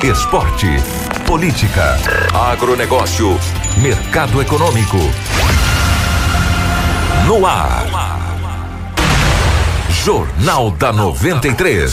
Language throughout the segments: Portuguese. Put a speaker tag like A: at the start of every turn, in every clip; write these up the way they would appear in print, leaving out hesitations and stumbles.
A: esporte, política, agronegócio, mercado econômico. No ar. Jornal da 93.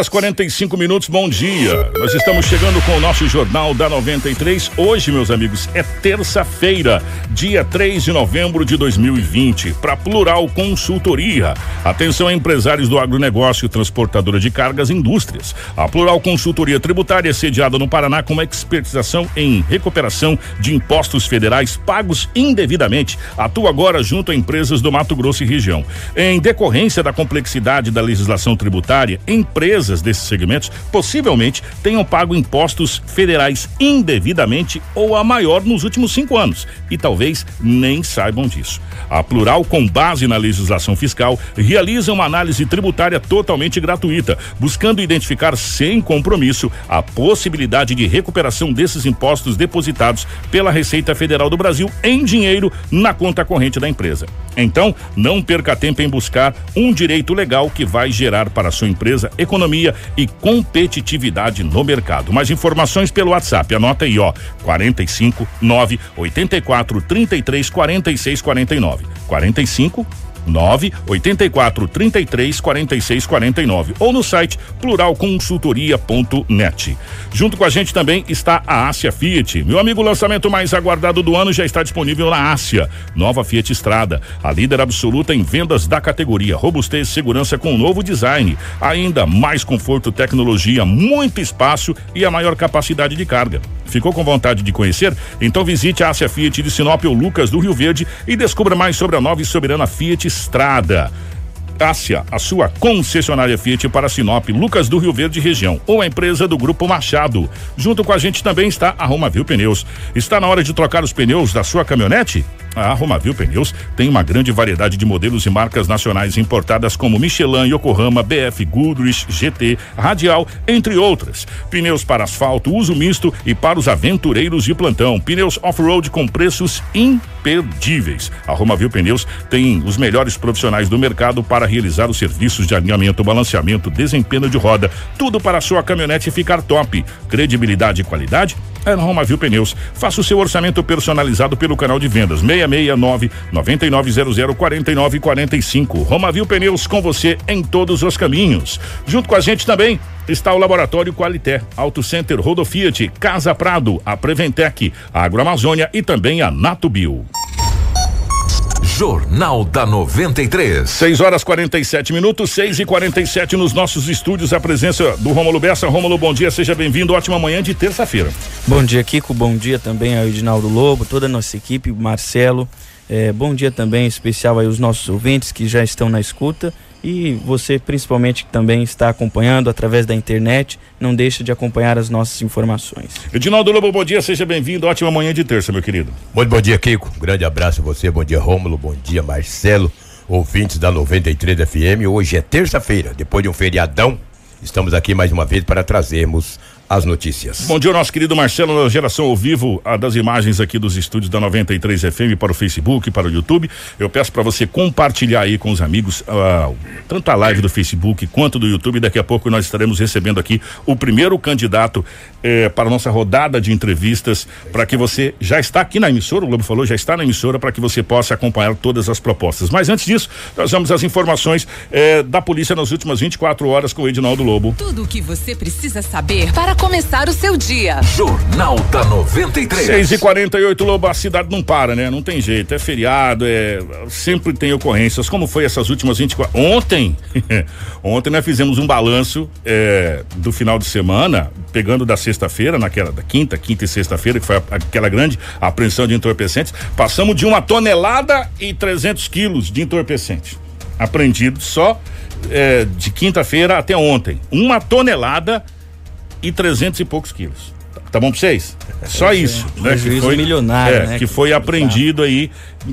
B: 6h45, bom dia. Nós estamos chegando com o nosso Jornal da 93. Hoje, meus amigos, é terça-feira, dia 3 de novembro de 2020. Para Plural Consultoria. Atenção, empresários do agronegócio, transportadora de cargas e indústrias. A Plural Consultoria Tributária é sediada no Paraná com uma expertização em recuperação de impostos federais pagos indevidamente. Atua agora junto a empresas do Mato Grosso e região. Em decorrência da complexidade da legislação tributária, empresas desses segmentos possivelmente tenham pago impostos federais indevidamente ou a maior nos últimos 5 anos e talvez nem saibam disso. A Plural, com base na legislação fiscal, realiza uma análise tributária totalmente gratuita, buscando identificar sem compromisso a possibilidade de recuperação desses impostos depositados pela Receita Federal do Brasil em dinheiro na conta corrente da empresa. Então, não perca tempo em buscar um direito legal que vai gerar para a sua empresa economia e competitividade no mercado. Mais informações pelo WhatsApp, anota aí, 45 9 84 33 46 49. 45 9 84 33 46 49 ou no site pluralconsultoria.net. Junto com a gente também está a Ásia Fiat. Meu amigo, o lançamento mais aguardado do ano já está disponível na Ásia. Nova Fiat Strada, a líder absoluta em vendas da categoria. Robustez e segurança com um novo design. Ainda mais conforto, tecnologia, muito espaço e a maior capacidade de carga. Ficou com vontade de conhecer? Então visite a Ásia Fiat de Sinop ou Lucas do Rio Verde e descubra mais sobre a nova e soberana Fiat Strada. Ásia, a sua concessionária Fiat para Sinop, Lucas do Rio Verde região, ou a empresa do Grupo Machado. Junto com a gente também está a Romavil Pneus. Está na hora de trocar os pneus da sua caminhonete? A Romavil Pneus tem uma grande variedade de modelos e marcas nacionais importadas como Michelin, Yokohama, BF, Goodrich, GT, Radial, entre outras. Pneus para asfalto, uso misto e para os aventureiros de plantão. Pneus off-road com preços imperdíveis. A Romavil Pneus tem os melhores profissionais do mercado para realizar os serviços de alinhamento, balanceamento, desempenho de roda, tudo para a sua caminhonete ficar top. Credibilidade e qualidade é na Romavil Pneus. Faça o seu orçamento personalizado pelo canal de vendas 669 9900 4945. Romavil Pneus, com você em todos os caminhos. Junto com a gente também está o Laboratório Qualité, Auto Center Rodo Fiat, Casa Prado, a Preventec, a Agroamazônia e também a Natubio.
A: Jornal da 93.
B: 6h47, 6h47 nos nossos estúdios. A presença do Rômulo Bessa. Rômulo, bom dia, seja bem-vindo. Ótima manhã de terça-feira.
C: Bom dia, Kiko. Bom dia também ao Edinaldo Lobo, toda a nossa equipe, Marcelo. Bom dia também especial aí aos nossos ouvintes que já estão na escuta. E você, principalmente, que também está acompanhando através da internet, não deixa de acompanhar as nossas informações.
B: Edinaldo Lobo, bom dia, seja bem-vindo. Ótima manhã de terça, meu querido.
D: Muito bom dia, Kiko. Grande abraço a você. Bom dia, Rômulo. Bom dia, Marcelo. Ouvintes da 93 FM. Hoje é terça-feira, depois de um feriadão. Estamos aqui mais uma vez para trazermos as notícias.
B: Bom dia, nosso querido Marcelo, na geração ao vivo das imagens aqui dos estúdios da 93 FM para o Facebook, para o YouTube. Eu peço para você compartilhar aí com os amigos tanto a live do Facebook quanto do YouTube. Daqui a pouco nós estaremos recebendo aqui o primeiro candidato para a nossa rodada de entrevistas, para que você já está aqui na emissora, o Lobo falou, já está na emissora, para que você possa acompanhar todas as propostas. Mas antes disso, nós vamos às informações da polícia nas últimas 24 horas com o Edinaldo Lobo.
E: Tudo o que você precisa saber para começar o seu dia.
A: Jornal da 93.
B: 6h48, Lobo, a cidade não para, né? Não tem jeito, é feriado, sempre tem ocorrências. Como foi essas últimas 24? Ontem nós fizemos um balanço do final de semana, pegando da sexta-feira, naquela da quinta e sexta-feira, que foi aquela grande apreensão de entorpecentes. Passamos de 1 tonelada e 300 quilos de entorpecentes apreendido só de quinta-feira até ontem. 1 tonelada e 300 e poucos quilos. Tá bom pra vocês? Só isso, né?
C: Que foi milionário, né?
B: Que foi apreendido aí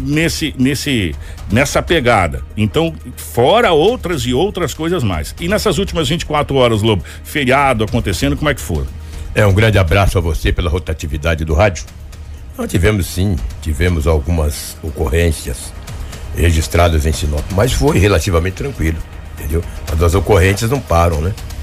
B: nessa pegada. Então, fora outras e outras coisas mais. E nessas últimas 24 horas, Lobo, feriado acontecendo, como é que foi?
D: Um grande abraço a você pela rotatividade do rádio. Nós tivemos algumas ocorrências registradas em Sinop, mas foi relativamente tranquilo, entendeu? As ocorrências não param, né?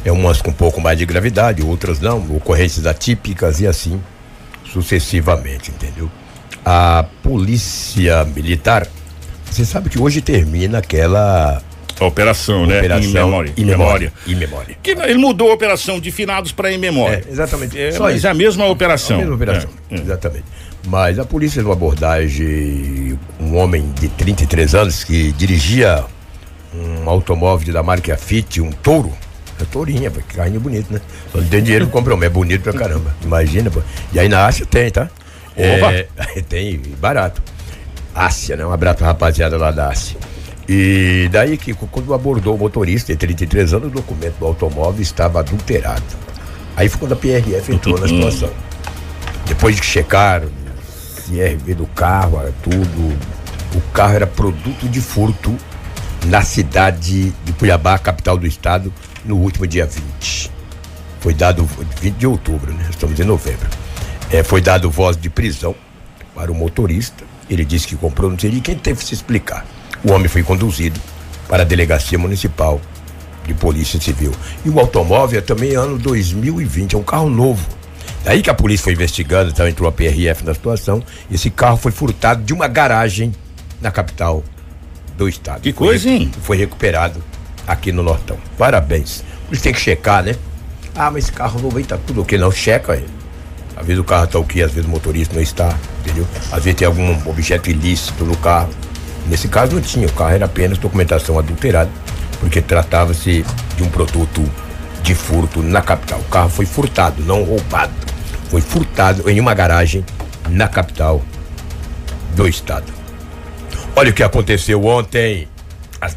D: Umas com um pouco mais de gravidade, outras não, ocorrências atípicas e assim sucessivamente, entendeu? A polícia militar, você sabe que hoje termina aquela
B: operação, né? Em memória. Que ele mudou a operação de finados para em memória.
D: Exatamente.
B: Mas é a mesma operação.
D: Exatamente. Mas a polícia de uma abordagem, um homem de 33 anos que dirigia um automóvel da marca Fiat, um Touro. É tourinha, pô, que carrinho bonito, né? Só não tem dinheiro pra comprar, mas é bonito pra caramba. Imagina, pô. E aí na Ásia tem, tá? Tem, barato. Ásia, né? Um abraço pra rapaziada lá da Ásia. E daí que quando abordou o motorista de 33 anos, o documento do automóvel estava adulterado. Aí foi quando a PRF entrou na situação. Depois de que checaram, CRV do carro, tudo, o carro era produto de furto na cidade de Cuiabá, capital do estado, no último dia 20. Foi dado 20 de outubro, né? Estamos em novembro. Foi dado voz de prisão para o motorista. Ele disse que comprou, não sei de quem, teve que se explicar. O homem foi conduzido para a Delegacia Municipal de Polícia Civil. E o automóvel é também ano 2020, é um carro novo. Daí que a polícia foi investigando, então entrou a PRF na situação. Esse carro foi furtado de uma garagem na capital do estado.
B: Que coisa, hein?
D: Foi recuperado aqui no Nortão. Parabéns. Por isso tem que checar, né? Ah, mas esse carro novo aí tá tudo ok. Não, checa aí. Às vezes o carro tá ok, às vezes o motorista não está, entendeu? Às vezes tem algum objeto ilícito no carro. Nesse caso não tinha, o carro era apenas documentação adulterada, porque tratava-se de um produto de furto na capital. O carro foi furtado, não roubado. Foi furtado em uma garagem na capital do estado. Olha o que aconteceu ontem, às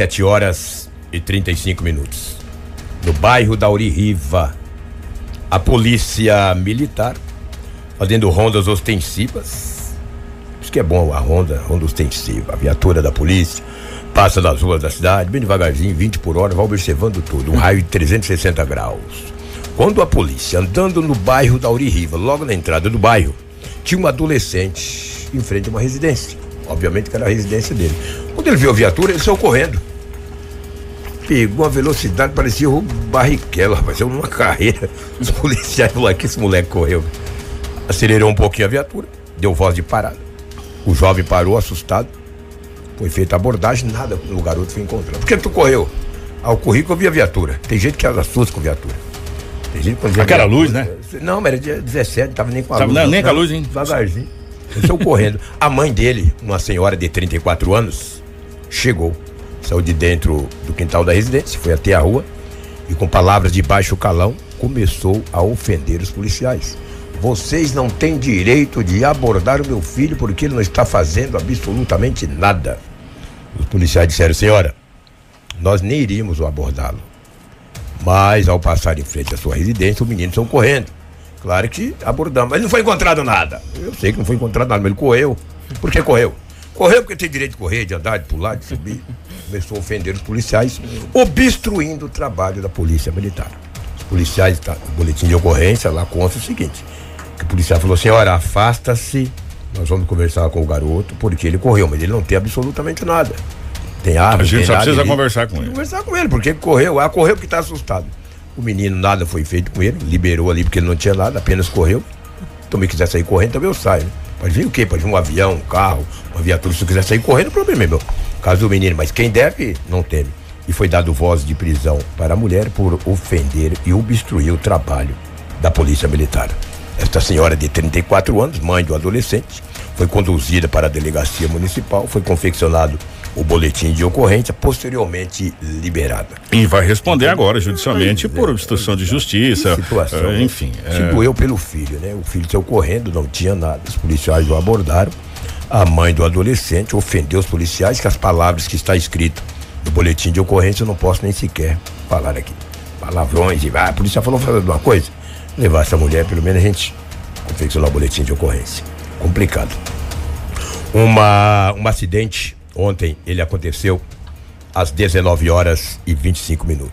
D: 17h35, no bairro da Auririva. A polícia militar fazendo rondas ostensivas. Isso que é bom, a ronda ostensiva. A viatura da polícia passa nas ruas da cidade, bem devagarzinho, 20 por hora, vai observando tudo, um raio de 360 graus. Quando a polícia, andando no bairro da Auririva, logo na entrada do bairro, tinha um adolescente em frente a uma residência. Obviamente que era a residência dele. Quando ele viu a viatura, ele saiu correndo. Pegou a velocidade, parecia o Barrichello, rapaz, é uma carreira. Os policiais falaram que esse moleque correu. Acelerou um pouquinho a viatura, deu voz de parada. O jovem parou, assustado. Foi feita a abordagem, nada, o garoto foi encontrado. Por que tu correu? Eu corri que eu vi a viatura. Tem gente que assusta com viatura. Tem gente que quando vê
B: aquela luz, né?
D: Não, mas era dia 17, não tava nem com a luz.
B: Não, nem com a luz, hein?
D: Devagarzinho. Ele saiu correndo. A mãe dele, uma senhora de 34 anos, chegou. Saiu de dentro do quintal da residência, foi até a rua e com palavras de baixo calão começou a ofender os policiais. Vocês não têm direito de abordar o meu filho porque ele não está fazendo absolutamente nada. Os policiais disseram: senhora, nós nem iríamos o abordá-lo. Mas ao passar em frente à sua residência, os meninos estão correndo. Claro que abordamos, mas não foi encontrado nada. Eu sei que não foi encontrado nada, mas ele correu. Por que correu? Correu porque tem direito de correr, de andar, de pular, de subir. Começou a ofender os policiais, obstruindo o trabalho da polícia militar. Os policiais, o boletim de ocorrência lá consta o seguinte: que o policial falou: senhora, afasta-se, nós vamos conversar com o garoto, porque ele correu, mas ele não tem absolutamente nada. Tem arma,
B: a gente só precisa conversar com ele.
D: Conversar com ele, porque ele correu. Correu porque está assustado. O menino, nada foi feito com ele, liberou ali porque ele não tinha nada, apenas correu. Também quiser sair correndo, também eu saio, né? Pode vir o quê? Pode vir um avião, um carro, uma viatura. Se eu quiser sair correndo, o problema é meu. Caso do menino, mas quem deve, não teme. E foi dado voz de prisão para a mulher por ofender e obstruir o trabalho da polícia militar. Esta senhora de 34 anos, mãe do adolescente, foi conduzida para a delegacia municipal, foi confeccionado o boletim de ocorrência, posteriormente liberada.
B: E vai responder agora judicialmente por obstrução de justiça.
D: Situação,
B: enfim.
D: Se doeu pelo filho, né? O filho saiu correndo, não tinha nada. Os policiais o abordaram. A mãe do adolescente ofendeu os policiais, que as palavras que está escrito no boletim de ocorrência eu não posso nem sequer falar aqui. Palavrões e a polícia falou fazer uma coisa. Levar essa mulher, pelo menos a gente confeccionar o boletim de ocorrência. Complicado. Um acidente. Ontem ele aconteceu às 19h25,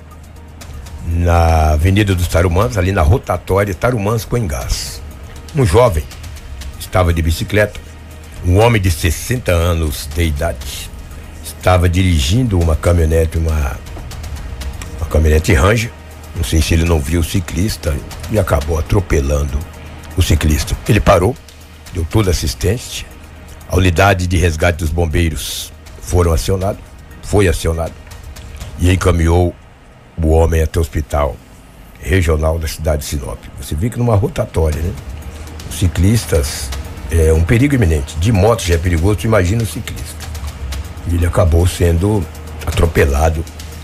D: na Avenida dos Tarumãs, ali na rotatória Tarumãs Coengás. Um jovem estava de bicicleta, um homem de 60 anos de idade, estava dirigindo uma caminhonete, uma caminhonete Ranger, sei se ele não viu o ciclista e acabou atropelando o ciclista. Ele parou, deu toda a assistência, a unidade de resgate dos bombeiros foi acionado e encaminhou o homem até o hospital regional da cidade de Sinop. Você vê que numa rotatória, né? Os ciclistas é um perigo iminente. De moto já é perigoso, tu imagina o ciclista. E ele acabou sendo atropelado.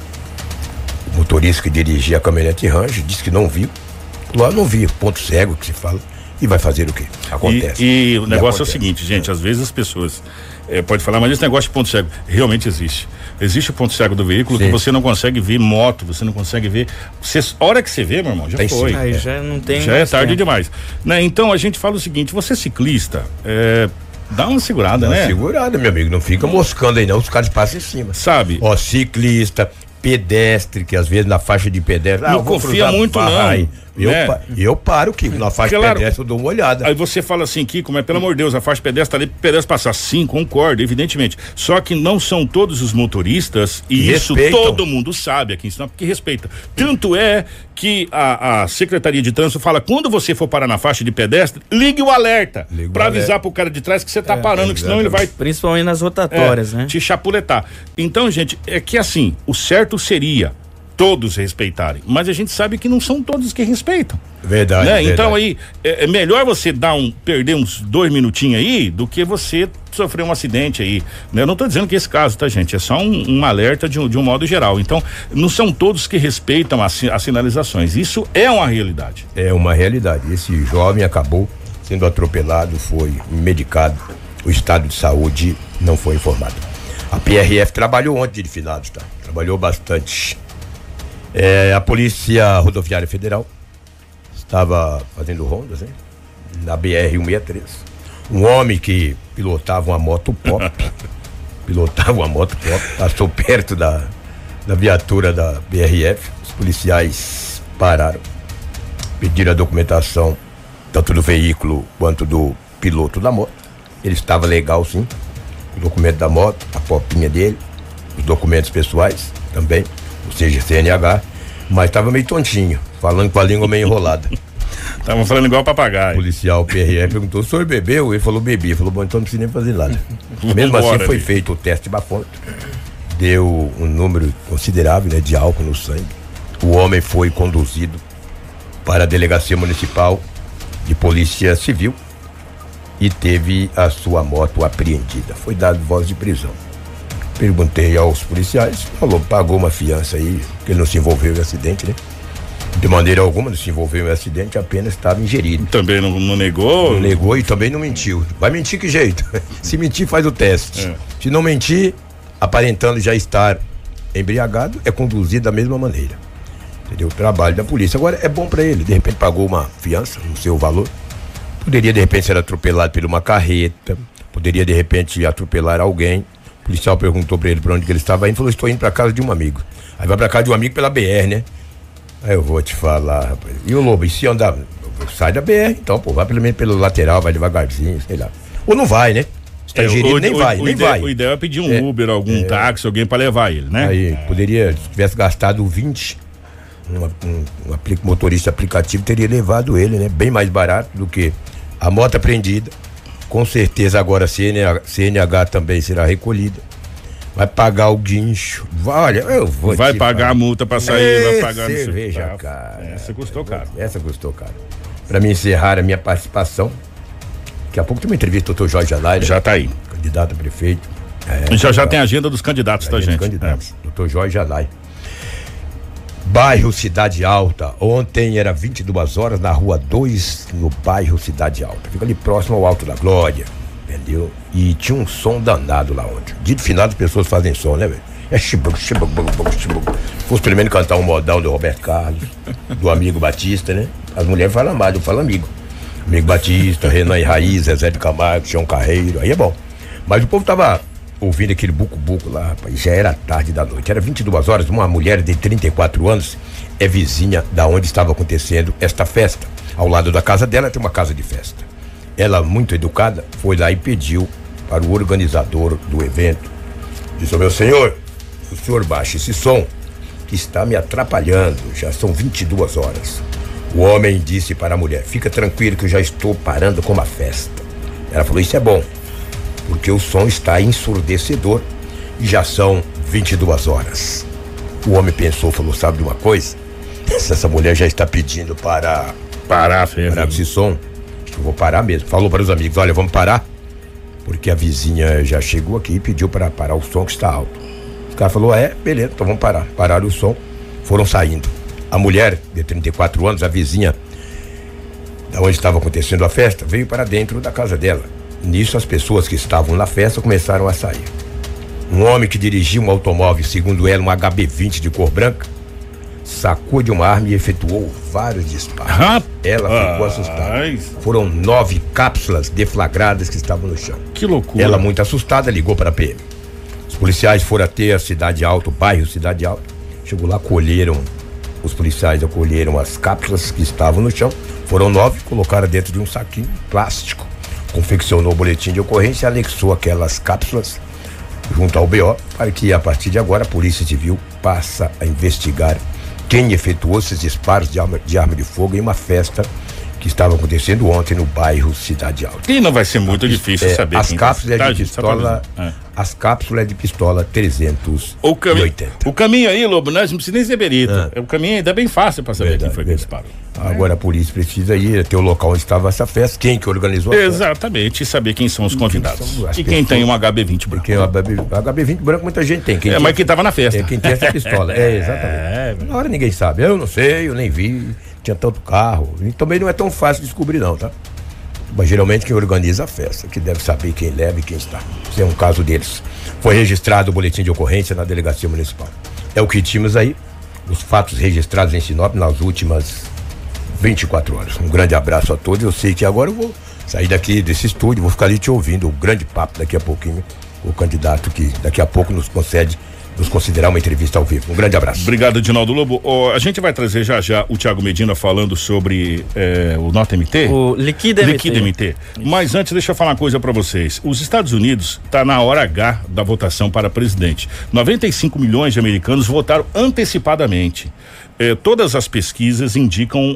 D: O motorista que dirigia a caminhonete Ranger disse que não viu. Lá não via, ponto cego que se fala. E vai fazer o quê? Acontece.
B: E o negócio é o seguinte, gente, às vezes as pessoas pode falar, mas esse negócio de ponto cego realmente existe. Existe o ponto cego do veículo. Sim. Que você não consegue ver moto, você não consegue ver. A hora que você vê, meu irmão, já foi.
C: Aí já não tem.
B: Já é tarde demais. Né? Então a gente fala o seguinte, você ciclista, dá uma segurada, né?
D: Segurada, meu amigo, não fica moscando aí não, os caras passam em cima.
B: Sabe?
D: Ó, ciclista, pedestre, que às vezes na faixa de pedestre.
B: Não confia muito não.
D: Eu paro, Kiko, na faixa de pedestre eu dou uma olhada.
B: Aí você fala assim, Kiko, mas pelo amor de Deus, a faixa de pedestre tá ali pro pedestre passar. Sim, concordo, evidentemente. Só que não são todos os motoristas e isso todo mundo sabe aqui em Sinop que respeita. Tanto é que a Secretaria de Trânsito fala, quando você for parar na faixa de pedestre, ligue o alerta pra avisar pro cara de trás que você tá parando, que senão ele vai...
C: Principalmente nas rotatórias, né?
B: Te chapuletar. Então, gente, é que assim, o certo seria todos respeitarem, mas a gente sabe que não são todos que respeitam.
D: Verdade.
B: Né? Então aí é melhor você perder uns 2 minutinhos aí do que você sofrer um acidente aí. Né? Eu não tô dizendo que é esse caso, tá, gente? É só um alerta de um modo geral. Então, não são todos que respeitam as sinalizações. Isso é uma realidade.
D: É uma realidade. Esse jovem acabou sendo atropelado, foi medicado. O estado de saúde não foi informado. A PRF trabalhou ontem de finados, tá? Trabalhou bastante. A Polícia Rodoviária Federal estava fazendo rondas, né? Na BR-163. Um homem que pilotava uma moto pop, passou perto da viatura da BRF. Os policiais pararam, pediram a documentação tanto do veículo quanto do piloto da moto. Ele estava legal, sim. O documento da moto, a popinha dele, os documentos pessoais também, ou seja, CNH, mas estava meio tontinho, falando com a língua meio enrolada.
B: Tava falando igual papagaio.
D: O policial PRF perguntou, o senhor bebeu? Ele falou, bebi. Ele falou, bom, então não precisa nem fazer nada. Mesmo assim foi feito o teste de bafômetro, deu um número considerável, né, de álcool no sangue. O homem foi conduzido para a Delegacia Municipal de Polícia Civil e teve a sua moto apreendida. Foi dado voz de prisão. Perguntei aos policiais, falou, pagou uma fiança aí, que ele não se envolveu em acidente, né? De maneira alguma não se envolveu em acidente, apenas estava ingerido.
B: Também não negou?
D: Não negou e também não mentiu. Vai mentir que jeito? Se mentir, faz o teste. Se não mentir, aparentando já estar embriagado, é conduzido da mesma maneira. Entendeu? O trabalho da polícia. Agora, é bom para ele, de repente pagou uma fiança, no seu valor. Poderia, de repente, ser atropelado por uma carreta, poderia, de repente, atropelar alguém. O policial perguntou pra ele pra onde que ele estava indo, falou, estou indo pra casa de um amigo. Aí vai pra casa de um amigo pela BR, né? Aí eu vou te falar, rapaz. E o Lobo, e se andar, sai da BR, então, pô, vai pelo menos pelo lateral, vai devagarzinho, sei lá. Ou não vai, né? Se tá ingerido, nem vai.
B: O ideal é pedir um Uber, algum táxi, alguém pra levar ele, né?
D: Aí, poderia, se tivesse gastado 20, um motorista aplicativo teria levado ele, né? Bem mais barato do que a moto apreendida. Com certeza agora a CNH também será recolhida. Vai pagar o guincho. Olha, eu vou.
B: Vai pagar a multa pra sair, vai pagar
D: cerveja, cara.
B: Essa custou caro.
D: Essa custou caro. Pra me encerrar a minha participação, daqui a pouco tem uma entrevista do Dr. Jorge Alay.
B: Já tá aí.
D: Candidato a prefeito.
B: Já tem a agenda dos candidatos, tá, gente?
D: Candidatos. Dr. Jorge Alay. Bairro Cidade Alta. Ontem era 22 horas na rua 2, no bairro Cidade Alta. Fica ali próximo ao Alto da Glória, entendeu? E tinha um som danado lá ontem. Dito final, as pessoas fazem som, né, velho? É chibuc. Fosse pelo menos cantar um modão do Roberto Carlos, do Amigo Batista, né? As mulheres falam mais, eu falo amigo. Amigo Batista, Renan e Raiz, Zezé de Camargo, Chão Carreiro, aí é bom. Mas o povo tava ouvindo aquele buco-buco lá, rapaz, já era tarde da noite, era 22 horas, uma mulher de 34 anos é vizinha da onde estava acontecendo esta festa. Ao lado da casa dela tem uma casa de festa. Ela, muito educada, foi lá e pediu para o organizador do evento, disse, meu senhor, o senhor baixa esse som, que está me atrapalhando. Já são 22 horas. O homem disse para a mulher: fica tranquilo que eu já estou parando com uma festa. Ela falou: isso é bom, porque o som está ensurdecedor e já são 22 horas. O homem pensou, falou: sabe de uma coisa? Se essa mulher já está pedindo para parar esse som, eu vou parar mesmo. Falou para os amigos: olha, vamos parar, porque a vizinha já chegou aqui e pediu para parar o som que está alto. O cara falou: beleza, então vamos parar. Pararam o som, foram saindo. A mulher de 34 anos, a vizinha da onde estava acontecendo a festa, veio para dentro da casa dela. Nisso, as pessoas que estavam na festa começaram a sair. Um homem que dirigia um automóvel, segundo ela, um HB20 de cor branca, sacou de uma arma e efetuou vários disparos. Ela ficou assustada. Foram 9 cápsulas deflagradas que estavam no chão.
B: Que loucura.
D: Ela, muito assustada, ligou para a PM. Os policiais foram até a Cidade Alta, o bairro Cidade Alta. Chegou lá, os policiais acolheram as cápsulas que estavam no chão. Foram 9, colocaram dentro de um saquinho plástico. Confeccionou o boletim de ocorrência e anexou aquelas cápsulas junto ao BO, para que a partir de agora a Polícia Civil passa a investigar quem efetuou esses disparos de arma de fogo em uma festa que estava acontecendo ontem no bairro Cidade Alta.
B: E não vai ser muito difícil saber.
D: As cápsulas de pistola, as cápsulas de pistola 380.
B: O caminho aí, Lobo, nós não precisamos nem ser perito. O caminho ainda é bem fácil para saber quem foi que disparou.
D: Agora a polícia precisa ir até o local onde estava essa festa, quem que organizou a festa.
B: Exatamente, e saber quem são os convidados. E quem tem um HB20 branco.
D: Porque o HB20 branco muita gente tem.
B: Mas quem estava na festa.
D: Quem tem essa pistola. Exatamente. Na hora ninguém sabe. Eu não sei, eu nem vi. Tinha tanto carro. E também não é tão fácil descobrir, não, tá? Mas geralmente quem organiza a festa, que deve saber quem leva e quem está. Esse é um caso deles. Foi registrado o boletim de ocorrência na delegacia municipal. É o que tínhamos aí, os fatos registrados em Sinop nas últimas 24 horas. Um grande abraço a todos. Eu sei que agora eu vou sair daqui desse estúdio, vou ficar ali te ouvindo o grande papo daqui a pouquinho, o candidato que daqui a pouco nos considerar uma entrevista ao vivo. Um grande abraço.
B: Obrigado, Edinaldo Lobo. A gente vai trazer já o Thiago Medina falando sobre o Nota MT.
C: O Liquida
B: MT. Mas antes, deixa eu falar uma coisa para vocês. Os Estados Unidos tá na hora H da votação para presidente. 95 milhões de americanos votaram antecipadamente. Todas as pesquisas indicam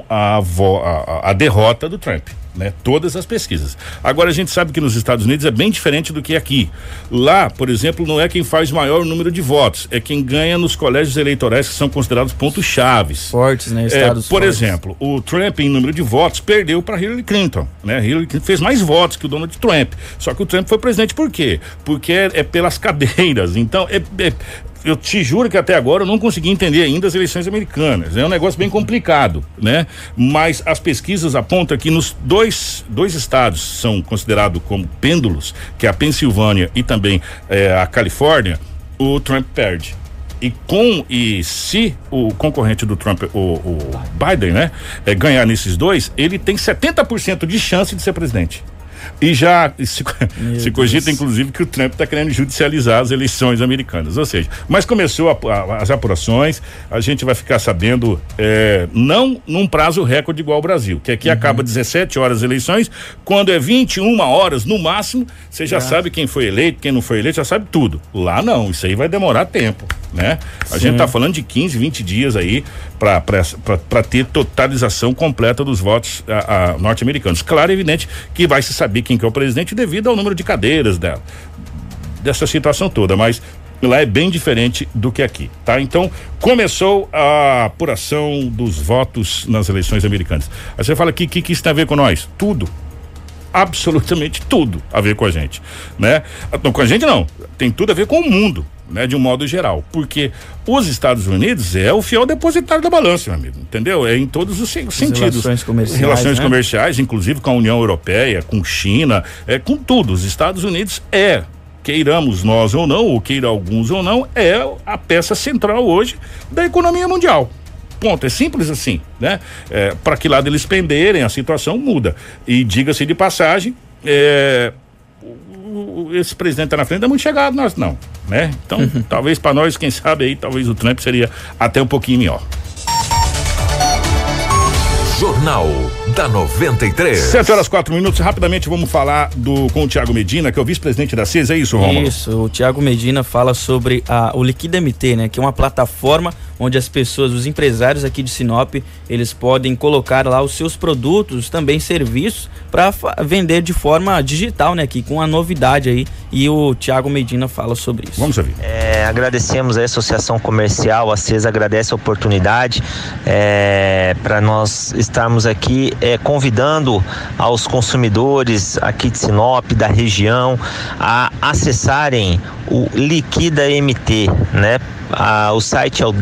B: a derrota do Trump. Né? Todas as pesquisas. Agora a gente sabe que nos Estados Unidos é bem diferente do que aqui. Lá, por exemplo, não é quem faz maior número de votos, é quem ganha nos colégios eleitorais que são considerados pontos chaves.
C: Fortes, né? Estados
B: por
C: fortes.
B: exemplo, o Trump em número de votos perdeu para Hillary Clinton, né? Hillary Clinton fez mais votos que o Donald Trump. Só que o Trump foi presidente por quê? Porque é pelas cadeiras. Então eu te juro que até agora eu não consegui entender ainda as eleições americanas. É um negócio bem complicado, né? Mas as pesquisas apontam que nos dois estados são considerados como pêndulos, que é a Pensilvânia e também a Califórnia, o Trump perde. E se o concorrente do Trump, o Biden, né, ganhar nesses dois, ele tem 70% de chance de ser presidente. E já se cogita, inclusive, que o Trump está querendo judicializar as eleições americanas. Ou seja, mas começou as apurações, a gente vai ficar sabendo, não num prazo recorde igual ao Brasil, que aqui acaba 17 horas as eleições, quando é 21 horas no máximo, você já sabe quem foi eleito, quem não foi eleito, já sabe tudo. Lá não, isso aí vai demorar tempo, né? A gente tá falando de 15, 20 dias aí para ter totalização completa dos votos norte-americanos. Claro, é evidente que vai se saber quem que é o presidente devido ao número de cadeiras dessa situação toda, mas lá é bem diferente do que aqui, tá? Então, começou a apuração dos votos nas eleições americanas. Aí você fala que isso tem a ver com nós? Tudo. Absolutamente tudo a ver com a gente, né? Não, com a gente não, tem tudo a ver com o mundo, né? De um modo geral, porque os Estados Unidos é o fiel depositário da balança, meu amigo, entendeu? É em todos os sentidos. Relações comerciais, inclusive com a União Europeia, com China, com tudo. Os Estados Unidos queiramos nós ou não, ou queira alguns ou não, é a peça central hoje da economia mundial. Ponto, é simples assim, né? Para que lado eles penderem, a situação muda. E diga-se de passagem, esse presidente tá na frente, é muito chegado nós não, né? Então, talvez para nós, quem sabe aí, talvez o Trump seria até um pouquinho melhor.
A: Jornal da 93.
B: 7 horas 4 minutos, rapidamente vamos falar com o Thiago Medina, que é o vice-presidente da CES, é isso, Rômulo?
C: Isso, o Thiago Medina fala sobre o Liquida MT, né? Que é uma plataforma onde as pessoas, os empresários aqui de Sinop, eles podem colocar lá os seus produtos, também serviços, para vender de forma digital, né, aqui com a novidade aí, e o Thiago Medina fala sobre isso.
B: Vamos ouvir.
F: Agradecemos a Associação Comercial, a CES agradece a oportunidade para nós estarmos aqui convidando aos consumidores aqui de Sinop, da região, a acessarem o Liquida MT, né? O site é o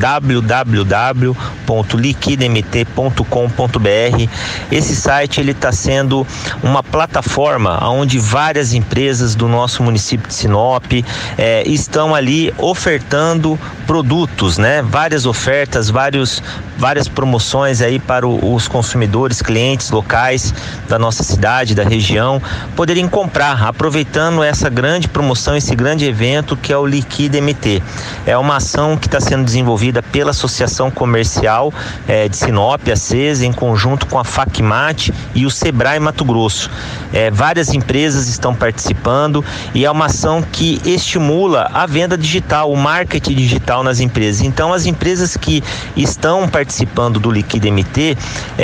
F: www.liquidamt.com.br. Esse site ele está sendo uma plataforma onde várias empresas do nosso município de Sinop estão ali ofertando produtos, né? Várias ofertas, várias promoções aí para os consumidores, clientes locais da nossa cidade, da região, poderem comprar, aproveitando essa grande promoção, esse grande evento que é o Liquida MT. É uma ação que está sendo desenvolvida pela Associação Comercial de Sinop, a CES, em conjunto com a Facmat e o Sebrae Mato Grosso. Várias empresas estão participando e é uma ação que estimula a venda digital, o marketing digital nas empresas. Então, as empresas que estão participando do Liquida MT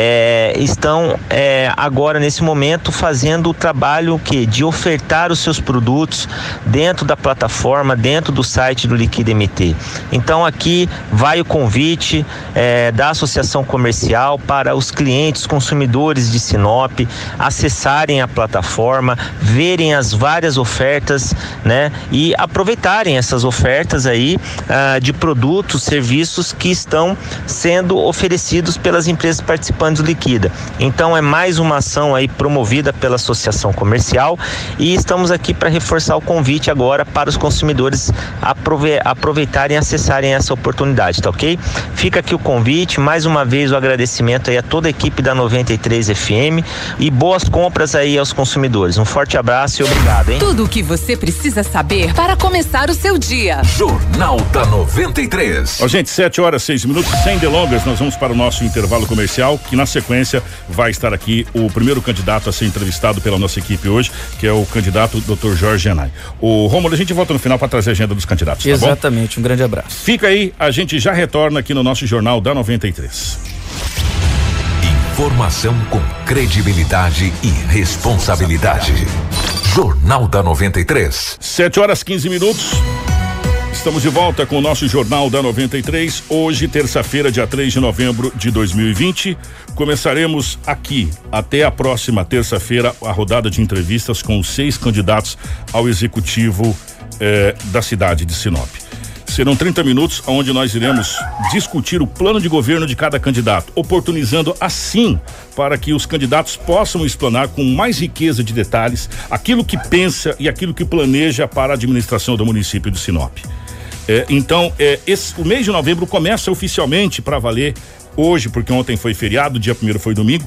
F: estão agora, nesse momento, fazendo o trabalho de ofertar os seus produtos dentro da plataforma, dentro do site do Liquida MT. Então aqui vai o convite da Associação Comercial para os clientes, consumidores de Sinop acessarem a plataforma, verem as várias ofertas, né? E aproveitarem essas ofertas aí de produtos, serviços que estão sendo oferecidos pelas empresas participantes do Liquida. Então é mais uma ação aí promovida pela Associação Comercial e estamos aqui para reforçar o convite agora para os consumidores aproveitarem e acessarem essa oportunidade, tá ok? Fica aqui o convite, mais uma vez o agradecimento aí a toda a equipe da 93 FM e boas compras aí aos consumidores. Um forte abraço e obrigado, hein?
E: Tudo o que você precisa saber para começar o seu dia.
A: Jornal da 93.
B: Gente, 7h06, sem delongas, nós vamos para o nosso intervalo comercial, que na sequência vai estar aqui o primeiro candidato a ser entrevistado pela nossa equipe hoje, que é o candidato Dr. Jorge Janay. O Rômulo, a gente volta no final para trazer a agenda dos candidatos, tá
C: Exatamente, bom? Um grande abraço.
B: Fica aí, a gente já retorna aqui no nosso Jornal da 93.
A: Informação com credibilidade e responsabilidade. Jornal da 93.
B: 7h15. Estamos de volta com o nosso Jornal da 93. Hoje, terça-feira, dia 3 de novembro de 2020. Começaremos aqui, até a próxima terça-feira, a rodada de entrevistas com os 6 candidatos ao executivo da cidade de Sinop. Serão 30 minutos onde nós iremos discutir o plano de governo de cada candidato, oportunizando assim para que os candidatos possam explanar com mais riqueza de detalhes aquilo que pensa e aquilo que planeja para a administração do município de Sinop. Então, o mês de novembro começa oficialmente para valer hoje, porque ontem foi feriado, dia 1º foi domingo.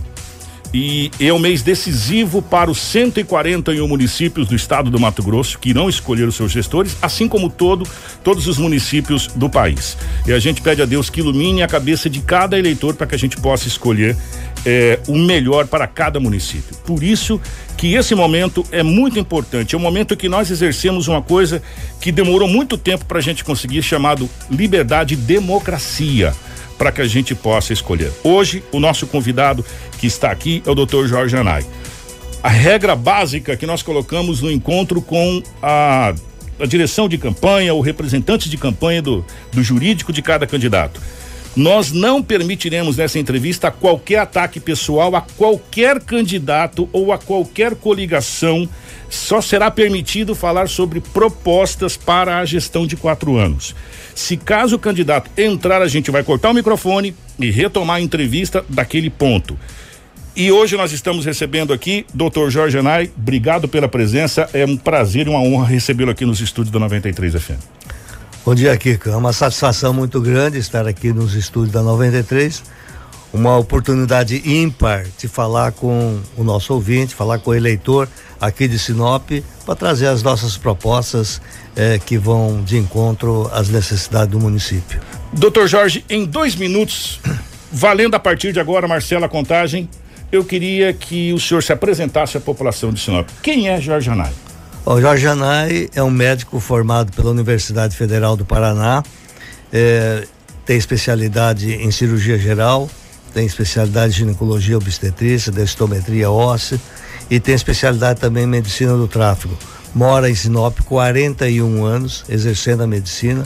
B: E é um mês decisivo para os 141 municípios do estado do Mato Grosso que irão escolher os seus gestores, assim como todos os municípios do país. E a gente pede a Deus que ilumine a cabeça de cada eleitor para que a gente possa escolher o melhor para cada município. Por isso que esse momento é muito importante. É um momento que nós exercemos uma coisa que demorou muito tempo para a gente conseguir, chamado liberdade e democracia, para que a gente possa escolher. Hoje, o nosso convidado que está aqui é o Dr. Jorge Janay. A regra básica que nós colocamos no encontro com a direção de campanha, ou representantes de campanha do jurídico de cada candidato. Nós não permitiremos nessa entrevista qualquer ataque pessoal a qualquer candidato ou a qualquer coligação. Só será permitido falar sobre propostas para a gestão de 4 anos. Se caso o candidato entrar, a gente vai cortar o microfone e retomar a entrevista daquele ponto. E hoje nós estamos recebendo aqui Dr. Jorge Janay. Obrigado pela presença, é um prazer e uma honra recebê-lo aqui nos estúdios da 93 FM.
G: Bom dia, Kiko. É uma satisfação muito grande estar aqui nos estúdios da 93. Uma oportunidade ímpar de falar com o nosso ouvinte, falar com o eleitor aqui de Sinop, para trazer as nossas propostas que vão de encontro às necessidades do município.
B: Dr. Jorge, em 2 minutos, valendo a partir de agora, Marcela, a contagem, eu queria que o senhor se apresentasse à população de Sinop. Quem é Jorge Janay?
G: O Jorge Janay é um médico formado pela Universidade Federal do Paraná. tem especialidade em cirurgia geral, tem especialidade em ginecologia obstetrícia, densitometria óssea e tem especialidade também em medicina do tráfego. Mora em Sinop 41 anos, exercendo a medicina.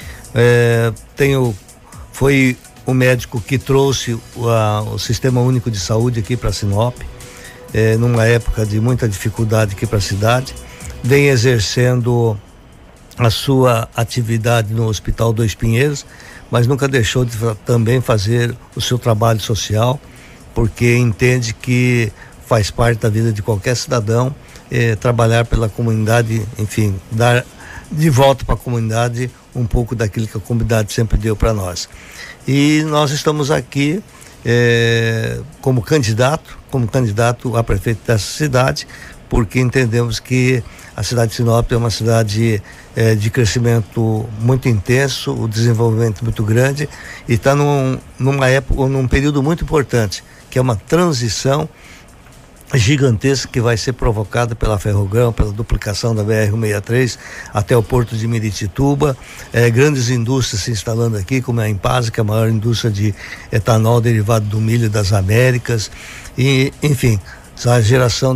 G: Foi o médico que trouxe o Sistema Único de Saúde aqui para Sinop, numa época de muita dificuldade aqui para a cidade. Vem exercendo a sua atividade no Hospital Dois Pinheiros, mas nunca deixou de também fazer o seu trabalho social, porque entende que faz parte da vida de qualquer cidadão trabalhar pela comunidade, enfim, dar de volta para a comunidade um pouco daquilo que a comunidade sempre deu para nós. E nós estamos aqui como candidato a prefeito dessa cidade, porque entendemos que a cidade de Sinop é uma cidade de crescimento muito intenso, o desenvolvimento muito grande, e está numa época, num período muito importante, que é uma transição gigantesca que vai ser provocada pela Ferrogrão, pela duplicação da BR-163 até o porto de Miritituba, grandes indústrias se instalando aqui, como a Empasa, que é a maior indústria de etanol derivado do milho das Américas, e enfim, a geração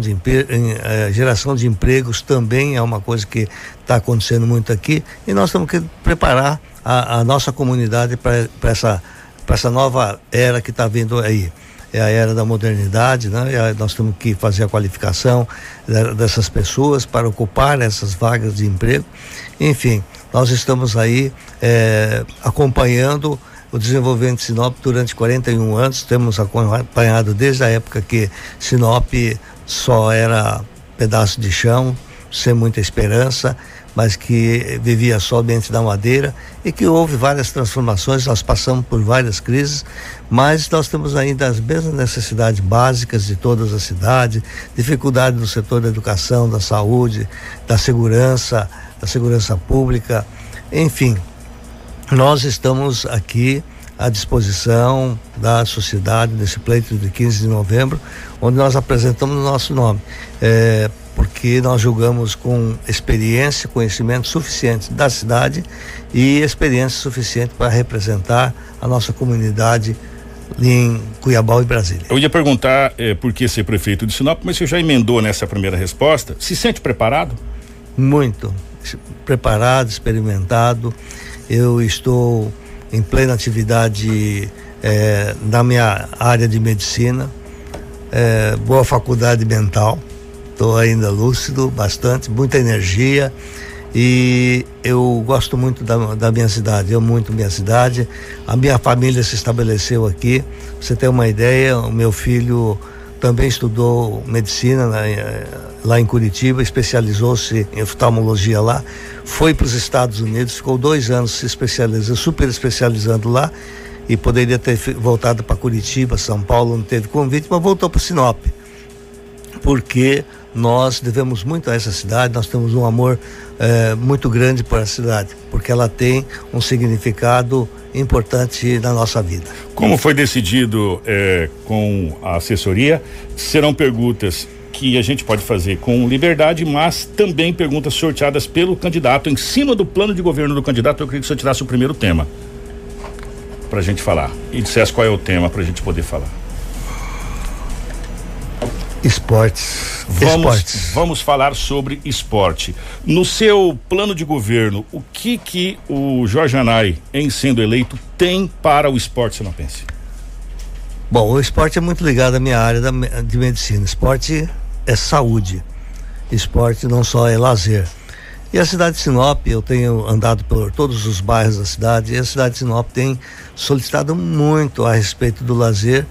G: de empregos também é uma coisa que está acontecendo muito aqui, e nós temos que preparar a nossa comunidade para essa nova era que está vindo aí. É a era da modernidade, né? Nós temos que fazer a qualificação dessas pessoas para ocupar essas vagas de emprego. Enfim, nós estamos aí acompanhando o desenvolvimento de Sinop durante 41 anos, temos acompanhado desde a época que Sinop só era pedaço de chão, sem muita esperança, mas que vivia somente da madeira, e que houve várias transformações, nós passamos por várias crises, mas nós temos ainda as mesmas necessidades básicas de todas as cidades, dificuldade no setor da educação, da saúde, da segurança pública, enfim. Nós estamos aqui à disposição da sociedade nesse pleito de 15 de novembro, onde nós apresentamos o nosso nome, porque nós julgamos com experiência, conhecimento suficiente da cidade e experiência suficiente para representar a nossa comunidade em Cuiabá e Brasília.
B: Eu ia perguntar por que ser prefeito de Sinop, mas você já emendou nessa primeira resposta. Se sente preparado?
G: Muito preparado, experimentado. Eu estou em plena atividade na minha área de medicina, boa faculdade mental, estou ainda lúcido, muita energia, e eu gosto muito da minha cidade, a minha família se estabeleceu aqui. Pra você ter uma ideia, o meu filho também estudou medicina lá em Curitiba, especializou-se em oftalmologia lá, foi para os Estados Unidos, ficou 2 anos se especializando, super especializando lá, e poderia ter voltado para Curitiba, São Paulo, não teve convite, mas voltou para Sinop, porque nós devemos muito a essa cidade, nós temos um amor muito grande por a cidade, porque ela tem um significado importante na nossa vida.
B: Como foi decidido com a assessoria, serão perguntas que a gente pode fazer com liberdade, mas também perguntas sorteadas pelo candidato em cima do plano de governo do candidato. Eu queria que o senhor tirasse o primeiro tema pra gente falar e dissesse qual é o tema pra gente poder falar.
G: Esportes.
B: Vamos falar sobre esporte. No seu plano de governo, o que o Jorge Anay, em sendo eleito, tem para o esporte sinopense?
G: Bom, o esporte é muito ligado à minha área de medicina. Esporte é saúde. Esporte não só é lazer. E a cidade de Sinop, eu tenho andado por todos os bairros da cidade, e a cidade de Sinop tem solicitado muito a respeito do lazer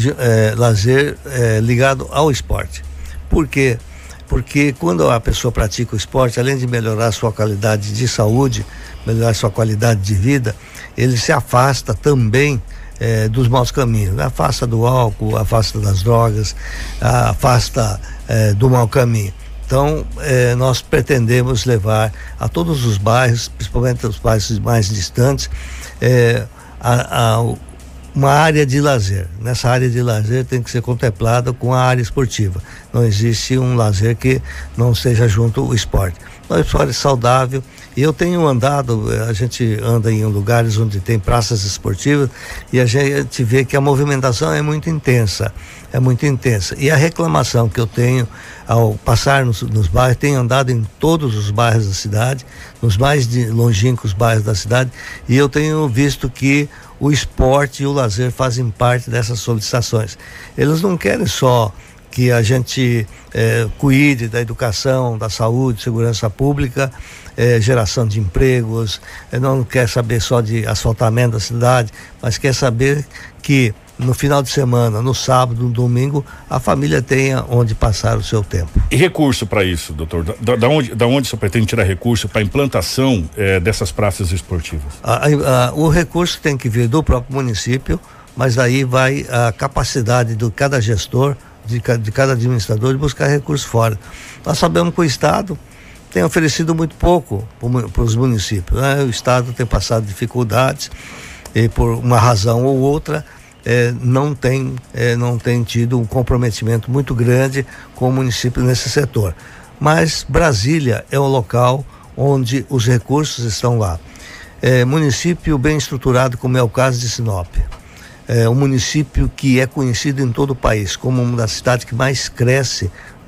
G: ligado ao esporte. Por quê? Porque quando a pessoa pratica o esporte, além de melhorar a sua qualidade de saúde, melhorar a sua qualidade de vida, ele se afasta também dos maus caminhos, afasta do álcool, afasta das drogas, afasta do mau caminho. Então, nós pretendemos levar a todos os bairros, principalmente os bairros mais distantes, uma área de lazer. Nessa área de lazer tem que ser contemplada com a área esportiva. Não existe um lazer que não seja junto ao esporte. O esporte é saudável. E eu tenho andado, a gente anda em lugares onde tem praças esportivas e a gente vê que a movimentação é muito intensa. E a reclamação que eu tenho ao passar nos bairros, tenho andado em todos os bairros da cidade, nos mais longínquos bairros da cidade, e eu tenho visto que o esporte e o lazer fazem parte dessas solicitações. Eles não querem só que a gente cuide da educação, da saúde, segurança pública, geração de empregos, não quer saber só de asfaltamento da cidade, mas quer saber que no final de semana, no sábado, no domingo, a família tenha onde passar o seu tempo.
B: E recurso para isso, doutor? Da onde você pretende tirar recurso para a implantação dessas praças esportivas?
G: O recurso tem que vir do próprio município, mas aí vai a capacidade de cada gestor, de cada administrador, de buscar recursos fora. Nós sabemos que o Estado tem oferecido muito pouco para os municípios, né? O Estado tem passado dificuldades e por uma razão ou outra não tem tido um comprometimento muito grande com o município nesse setor. Mas Brasília é o local onde os recursos estão lá. Município bem estruturado, como é o caso de Sinop. Um município que é conhecido em todo o país como uma das cidades que mais cresce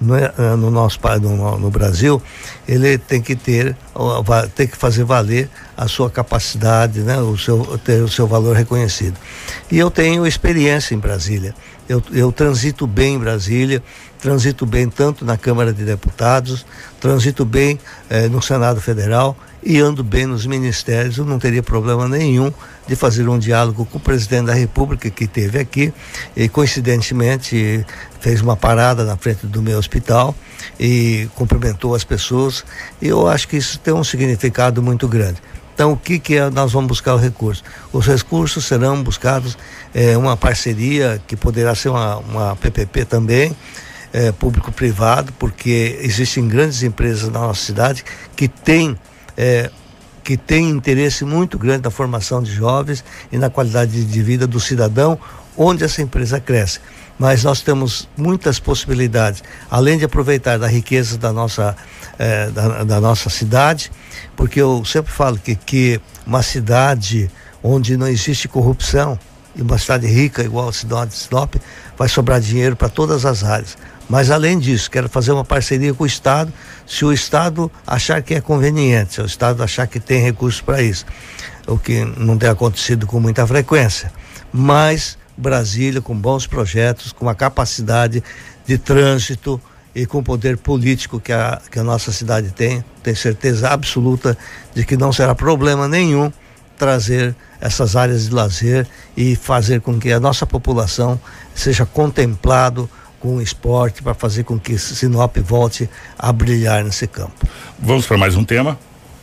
G: no Brasil. Ele tem que fazer valer a sua capacidade, né? Ter o seu valor reconhecido. E eu tenho experiência em Brasília. Eu transito bem em Brasília, transito bem tanto na Câmara de Deputados, transito bem no Senado Federal e ando bem nos ministérios. Eu não teria problema nenhum de fazer um diálogo com o presidente da República, que esteve aqui e coincidentemente fez uma parada na frente do meu hospital e cumprimentou as pessoas, e eu acho que isso tem um significado muito grande. Então, o que nós vamos buscar o recurso? Os recursos serão buscados uma parceria que poderá ser uma PPP também, público-privado, porque existem grandes empresas na nossa cidade que têm interesse muito grande na formação de jovens e na qualidade de vida do cidadão onde essa empresa cresce. Mas nós temos muitas possibilidades, além de aproveitar da riqueza da nossa cidade, porque eu sempre falo que uma cidade onde não existe corrupção e uma cidade rica igual a cidade de Sinop vai sobrar dinheiro para todas as áreas. Mas além disso, quero fazer uma parceria com o Estado, se o Estado achar que é conveniente, se o Estado achar que tem recursos para isso, o que não tem acontecido com muita frequência. Mas Brasília, com bons projetos, com a capacidade de trânsito e com o poder político que a nossa cidade tem, tenho certeza absoluta de que não será problema nenhum trazer essas áreas de lazer e fazer com que a nossa população seja contemplado com o esporte, para fazer com que Sinop volte a brilhar nesse campo.
B: Vamos para mais um tema.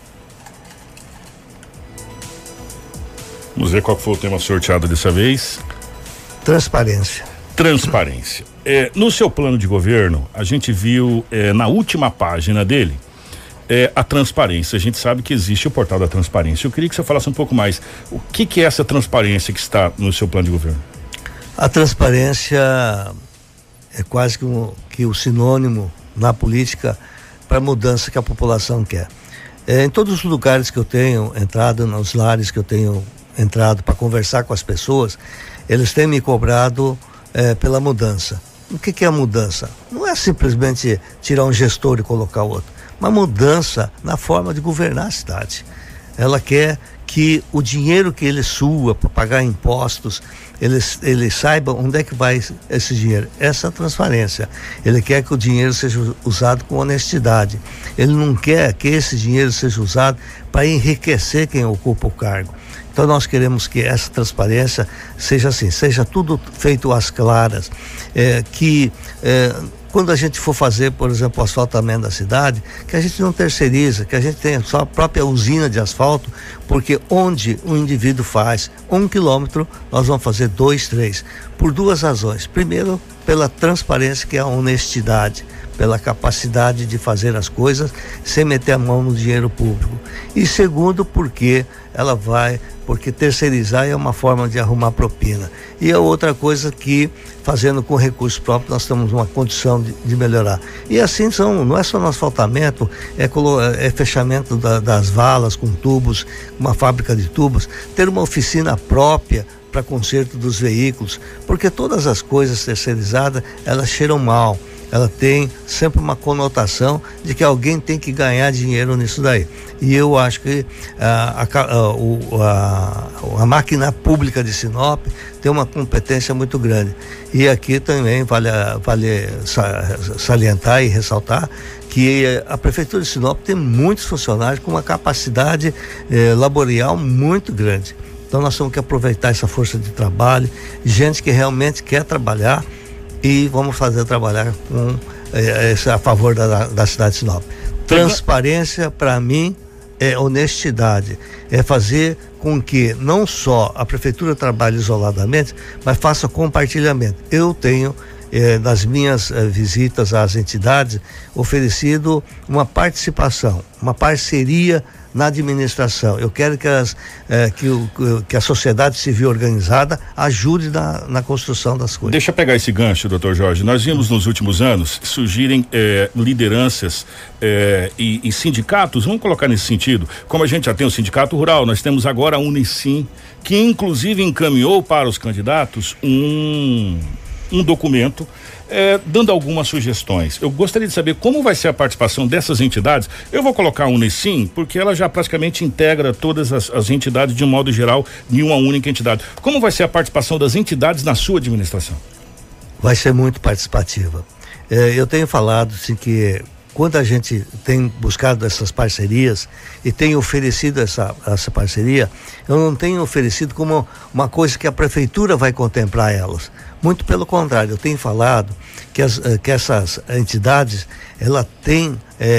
B: Vamos ver qual foi o tema sorteado dessa vez.
G: Transparência.
B: No seu plano de governo, a gente viu na última página dele a transparência. A gente sabe que existe o portal da transparência. Eu queria que você falasse um pouco mais. O que é essa transparência que está no seu plano de governo?
G: A transparência é quase que o sinônimo na política para a mudança que a população quer. Em todos os lugares que eu tenho entrado, nos lares que eu tenho entrado para conversar com as pessoas, eles têm me cobrado pela mudança. O que é a mudança? Não é simplesmente tirar um gestor e colocar outro, uma mudança na forma de governar a cidade. Ela quer que o dinheiro que ele sua para pagar impostos, ele saiba onde é que vai esse dinheiro. Essa é a transparência. Ele quer que o dinheiro seja usado com honestidade. Ele não quer que esse dinheiro seja usado para enriquecer quem ocupa o cargo. Então nós queremos que essa transparência seja assim, seja tudo feito às claras, quando a gente for fazer, por exemplo, o asfaltamento da cidade, que a gente não terceiriza, que a gente tenha só a própria usina de asfalto, porque onde o indivíduo faz 1 quilômetro, nós vamos fazer 2, 3, por 2 razões. Primeiro, pela transparência, que é a honestidade, pela capacidade de fazer as coisas sem meter a mão no dinheiro público. E segundo, porque terceirizar é uma forma de arrumar propina. E a outra coisa que, fazendo com recursos próprios, nós temos uma condição de melhorar. E assim não é só no asfaltamento, é fechamento das valas com tubos, uma fábrica de tubos, ter uma oficina própria para conserto dos veículos, porque todas as coisas terceirizadas, elas cheiram mal. Ela tem sempre uma conotação de que alguém tem que ganhar dinheiro nisso daí. E eu acho que a máquina pública de Sinop tem uma competência muito grande. E aqui também vale salientar e ressaltar que a Prefeitura de Sinop tem muitos funcionários com uma capacidade laboral muito grande. Então nós temos que aproveitar essa força de trabalho, gente que realmente quer trabalhar, e vamos trabalhar a favor da cidade de Sinop. Transparência, para mim, é honestidade, é fazer com que não só a prefeitura trabalhe isoladamente, mas faça compartilhamento. Eu tenho, nas minhas visitas às entidades, oferecido uma participação, uma parceria na administração. Eu quero que a sociedade civil organizada ajude na construção das coisas.
B: Deixa eu pegar esse gancho, doutor Jorge. Nós vimos nos últimos anos surgirem lideranças e sindicatos, vamos colocar nesse sentido, como a gente já tem o Sindicato Rural, nós temos agora a Unicim, que inclusive encaminhou para os candidatos um documento dando algumas sugestões. Eu gostaria de saber como vai ser a participação dessas entidades. Eu vou colocar a Unicim, porque ela já praticamente integra todas as entidades de um modo geral em uma única entidade. Como vai ser a participação das entidades na sua administração?
G: Vai ser muito participativa. Eu tenho falado assim, que quando a gente tem buscado essas parcerias e tem oferecido essa parceria, eu não tenho oferecido como uma coisa que a prefeitura vai contemplar elas. Muito pelo contrário, eu tenho falado que essas entidades, ela tem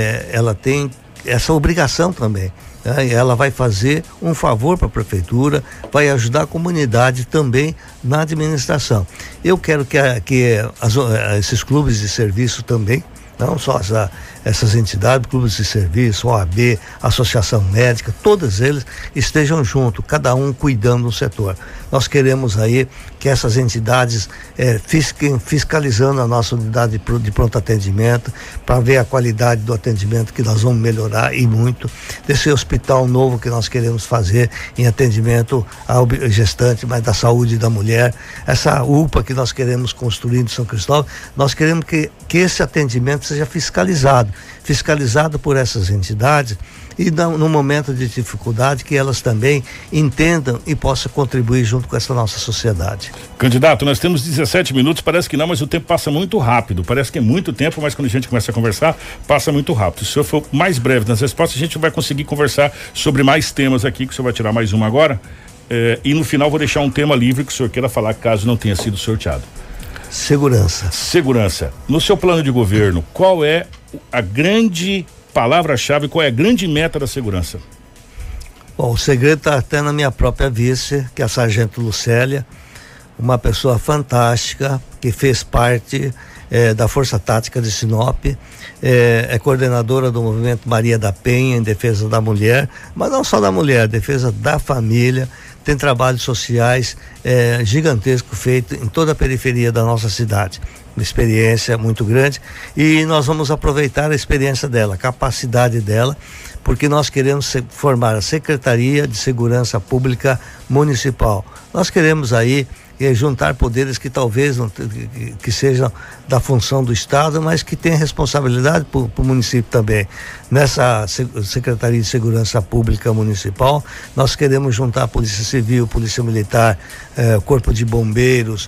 G: essa obrigação também. Ela vai fazer um favor para a prefeitura, vai ajudar a comunidade também na administração. Eu quero que esses clubes de serviço também, não só essas entidades, clubes de serviço, OAB, Associação Médica, todos eles estejam juntos, cada um cuidando do setor. Nós queremos aí que essas entidades fiquem fiscalizando a nossa unidade de pronto atendimento, para ver a qualidade do atendimento que nós vamos melhorar e muito, desse hospital novo que nós queremos fazer em atendimento ao gestante, mas da saúde da mulher, essa UPA que nós queremos construir em São Cristóvão, nós queremos que esse atendimento seja fiscalizado por essas entidades e no momento de dificuldade que elas também entendam e possam contribuir junto com essa nossa sociedade.
B: Candidato, nós temos 17 minutos, parece que não, mas o tempo passa muito rápido, parece que é muito tempo, mas quando a gente começa a conversar, passa muito rápido. Se o senhor for mais breve nas respostas, a gente vai conseguir conversar sobre mais temas aqui, que o senhor vai tirar mais uma agora, e no final vou deixar um tema livre que o senhor queira falar, caso não tenha sido sorteado. Segurança. No seu plano de governo, qual é a grande palavra-chave, qual é a grande meta da segurança?
G: Bom, o segredo está até na minha própria vice, que é a Sargento Lucélia, uma pessoa fantástica, que fez parte da Força Tática de Sinop, é coordenadora do movimento Maria da Penha em defesa da mulher, mas não só da mulher, defesa da família. Tem trabalhos sociais gigantescos feitos em toda a periferia da nossa cidade. Uma experiência muito grande e nós vamos aproveitar a experiência dela, a capacidade dela, porque nós queremos formar a Secretaria de Segurança Pública Municipal. Nós queremos aí juntar poderes que talvez não, que sejam da função do Estado, mas que tem responsabilidade para o município também. Nessa Secretaria de Segurança Pública Municipal, nós queremos juntar a Polícia Civil, Polícia Militar, Corpo de Bombeiros,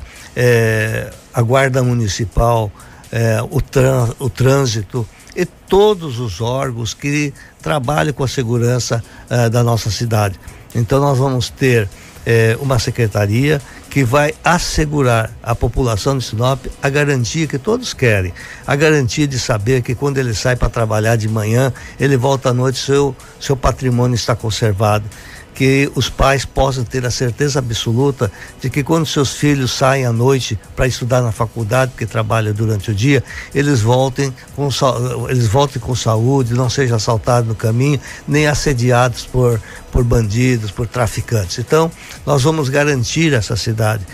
G: a Guarda Municipal, o Trânsito e todos os órgãos que trabalham com a segurança da nossa cidade. Então nós vamos ter uma secretaria que vai assegurar à população de Sinop a garantia que todos querem, a garantia de saber que quando ele sai para trabalhar de manhã, ele volta à noite, seu patrimônio está conservado, que que os pais possam ter a certeza absoluta de que quando seus filhos saem à noite para estudar na faculdade, porque trabalham durante o dia, eles voltem com saúde, não sejam assaltados no caminho, nem assediados por bandidos, por traficantes. Então, nós vamos garantir a essa cidade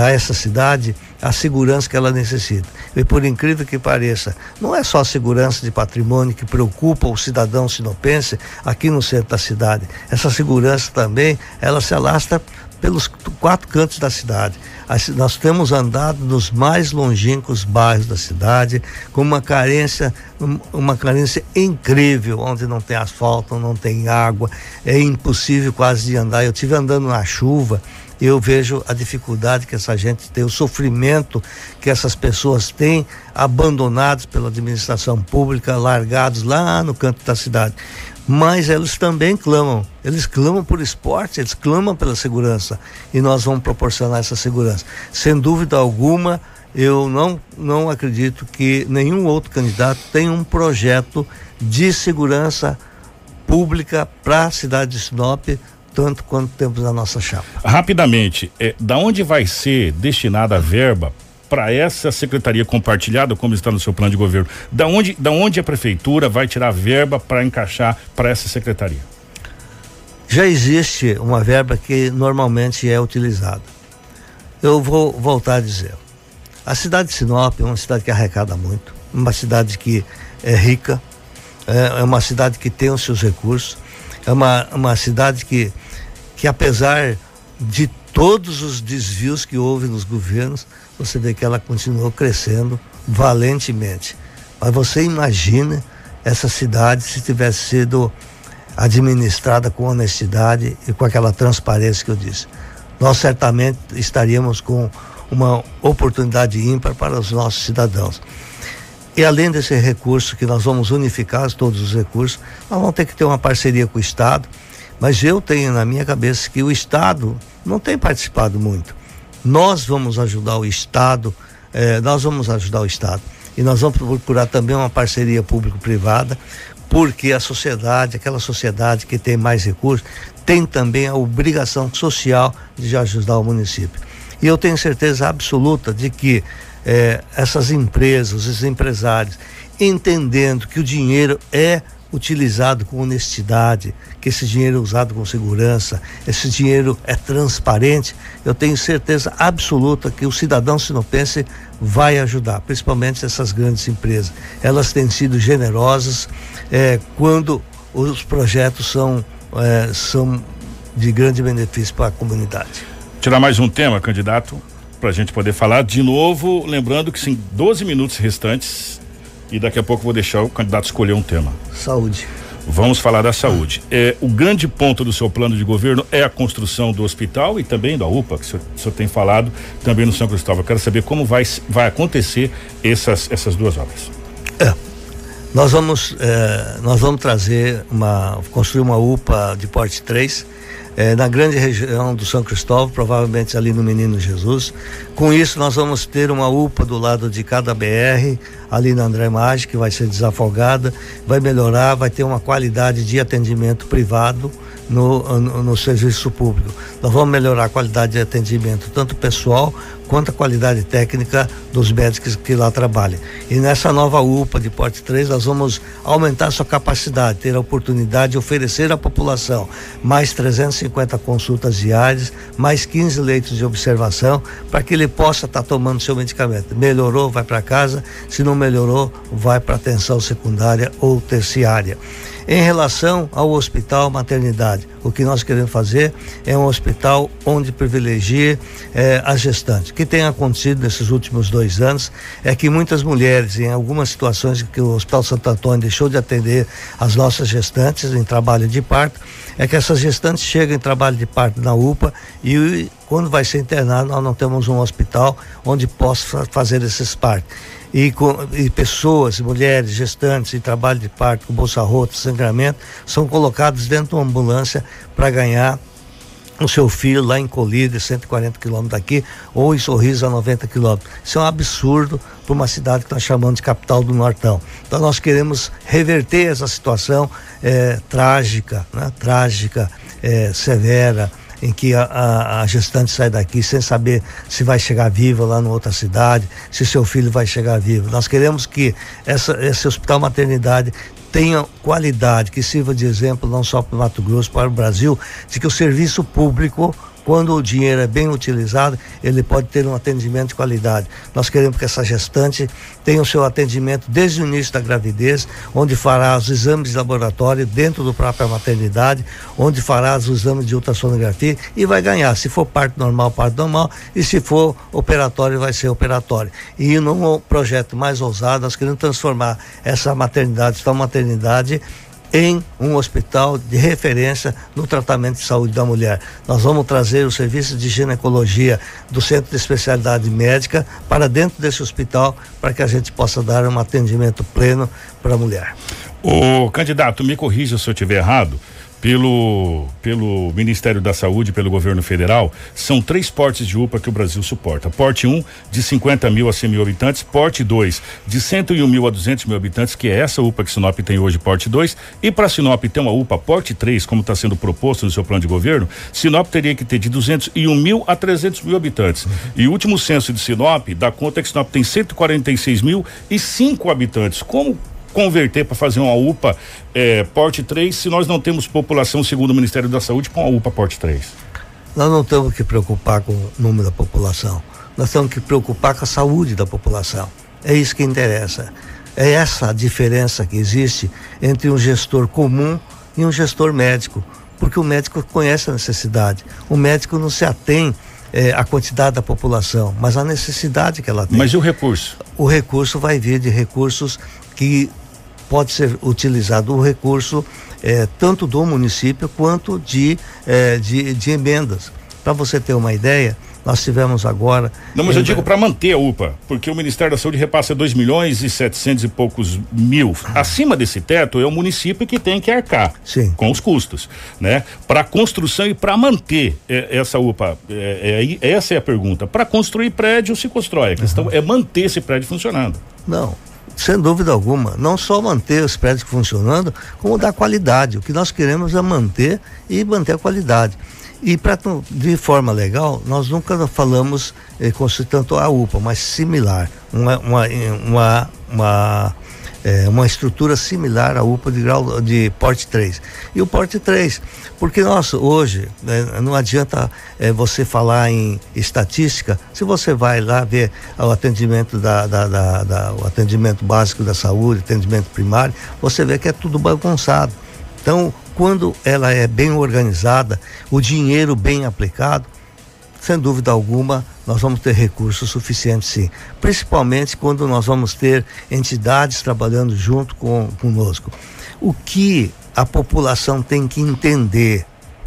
G: a segurança que ela necessita. E por incrível que pareça, não é só a segurança de patrimônio que preocupa o cidadão sinopense aqui no centro da cidade. Essa segurança também, ela se alastra pelos 4 cantos da cidade. Nós temos andado nos mais longínquos bairros da cidade com uma carência incrível, onde não tem asfalto, não tem água, é impossível quase de andar. Eu estive andando na chuva, eu vejo a dificuldade que essa gente tem, o sofrimento que essas pessoas têm, abandonados pela administração pública, largados lá no canto da cidade. Mas eles também clamam por esporte, eles clamam pela segurança, e nós vamos proporcionar essa segurança. Sem dúvida alguma, eu não acredito que nenhum outro candidato tenha um projeto de segurança pública para a cidade de Sinop, tanto quanto temos na nossa chapa.
B: Rapidamente, da onde vai ser destinada a verba para essa secretaria compartilhada, como está no seu plano de governo? Da onde a prefeitura vai tirar verba para encaixar para essa secretaria?
G: Já existe uma verba que normalmente é utilizada. Eu vou voltar a dizer. A cidade de Sinop é uma cidade que arrecada muito, uma cidade que é rica, é uma cidade que tem os seus recursos, é uma cidade que apesar de todos os desvios que houve nos governos, você vê que ela continuou crescendo valentemente. Mas você imagina essa cidade se tivesse sido administrada com honestidade e com aquela transparência que eu disse. Nós certamente estaríamos com uma oportunidade ímpar para os nossos cidadãos. E além desse recurso, que nós vamos unificar todos os recursos, nós vamos ter que ter uma parceria com o Estado, mas eu tenho na minha cabeça que o Estado não tem participado muito. Nós vamos ajudar o Estado, e nós vamos procurar também uma parceria público-privada, porque aquela sociedade que tem mais recursos, tem também a obrigação social de ajudar o município. E eu tenho certeza absoluta de que essas empresas, os empresários, entendendo que o dinheiro é utilizado com honestidade, que esse dinheiro é usado com segurança, esse dinheiro é transparente, eu tenho certeza absoluta que o cidadão sinopense vai ajudar, principalmente essas grandes empresas. Elas têm sido generosas quando os projetos são de grande benefício para a comunidade.
B: Tirar mais um tema, candidato, para a gente poder falar de novo, lembrando que sim, 12 minutos restantes, e daqui a pouco vou deixar o candidato escolher um tema.
G: Saúde.
B: Vamos falar da saúde. O grande ponto do seu plano de governo é a construção do hospital e também da UPA, que o senhor tem falado também no São Cristóvão. Eu quero saber como vai acontecer essas duas obras.
G: Nós vamos construir uma UPA de porte 3, na grande região do São Cristóvão, provavelmente ali no Menino Jesus. Com isso, nós vamos ter uma UPA do lado de cada BR, ali na André Maggi, que vai ser desafogada, vai melhorar, vai ter uma qualidade de atendimento privado no serviço público. Nós vamos melhorar a qualidade de atendimento, tanto pessoal quanto a qualidade técnica dos médicos que lá trabalham. E nessa nova UPA de porte 3, nós vamos aumentar sua capacidade, ter a oportunidade de oferecer à população mais 350 consultas diárias, mais 15 leitos de observação, para que ele possa estar tomando seu medicamento. Melhorou, vai para casa; se não melhorou, vai para atenção secundária ou terciária. Em relação ao hospital maternidade, o que nós queremos fazer é um hospital onde privilegie as gestantes. O que tem acontecido nesses últimos 2 anos é que muitas mulheres, em algumas situações que o Hospital Santo Antônio deixou de atender as nossas gestantes em trabalho de parto, é que essas gestantes chegam em trabalho de parto na UPA e quando vai ser internado nós não temos um hospital onde possa fazer esses partos. E pessoas, mulheres, gestantes em trabalho de parto com bolsa rota, sangramento, são colocados dentro de uma ambulância para ganhar o seu filho lá em Colíder, 140 quilômetros daqui, ou em Sorriso a 90 quilômetros. Isso é um absurdo para uma cidade que nós chamamos de capital do Nortão. Então nós queremos reverter essa situação trágica, né? Trágica, severa, em que a gestante sai daqui sem saber se vai chegar viva lá em outra cidade, se seu filho vai chegar vivo. Nós queremos que esse hospital maternidade tenha qualidade, que sirva de exemplo não só para o Mato Grosso, para o Brasil, de que o serviço público, quando o dinheiro é bem utilizado, ele pode ter um atendimento de qualidade. Nós queremos que essa gestante tenha o seu atendimento desde o início da gravidez, onde fará os exames de laboratório dentro da própria maternidade, onde fará os exames de ultrassonografia e vai ganhar. Se for parto normal, e se for operatório, vai ser operatório. E num projeto mais ousado, nós queremos transformar essa maternidade, em um hospital de referência no tratamento de saúde da mulher. Nós vamos trazer o serviço de ginecologia do Centro de Especialidade Médica para dentro desse hospital, para que a gente possa dar um atendimento pleno para a mulher.
B: O candidato, me corrija se eu estiver errado, pelo Ministério da Saúde, pelo governo federal, são 3 portes de UPA que o Brasil suporta. Porte 1, de 50 mil a 100 mil habitantes. Porte 2, de 101 mil a 200 mil habitantes, que é essa UPA que Sinop tem hoje, porte 2. E para Sinop ter uma UPA porte 3, como está sendo proposto no seu plano de governo, Sinop teria que ter de 201 mil a 300 mil habitantes. E o último censo de Sinop dá conta que Sinop tem 146 mil e 5 habitantes. Como converter para fazer uma UPA porte 3 se nós não temos população, segundo o Ministério da Saúde, com a UPA porte 3?
G: Nós não temos que preocupar com o número da população, nós temos que preocupar com a saúde da população. É isso que interessa. É essa a diferença que existe entre um gestor comum e um gestor médico, porque o médico conhece a necessidade, o médico não se atém à quantidade da população, mas a necessidade que ela tem.
B: Mas e o recurso? O
G: recurso vai vir de recursos que pode ser utilizado, o recurso tanto do município quanto de emendas. Para você ter uma ideia, nós tivemos agora...
B: Não, mas eu digo para manter a UPA, porque o Ministério da Saúde repassa 2.700.000 e poucos mil. Acima desse teto é o município que tem que arcar.
G: Sim.
B: Com os custos, né? Para construção e para manter essa UPA, essa é a pergunta. Para construir prédio se constrói, a questão é manter esse prédio funcionando.
G: Não, sem dúvida alguma, não só manter os prédios funcionando, como dar qualidade. O que nós queremos é manter a qualidade. E de forma legal, nós nunca falamos tanto a UPA, mas similar, uma estrutura similar à UPA de porte 3. E o porte 3, porque nós hoje, não adianta você falar em estatística, se você vai lá ver o atendimento o atendimento básico da saúde, atendimento primário, você vê que é tudo bagunçado. Então, quando ela é bem organizada, o dinheiro bem aplicado, sem dúvida alguma, nós vamos ter recursos suficientes, sim. Principalmente quando nós vamos ter entidades trabalhando junto conosco. O que a população tem que entender?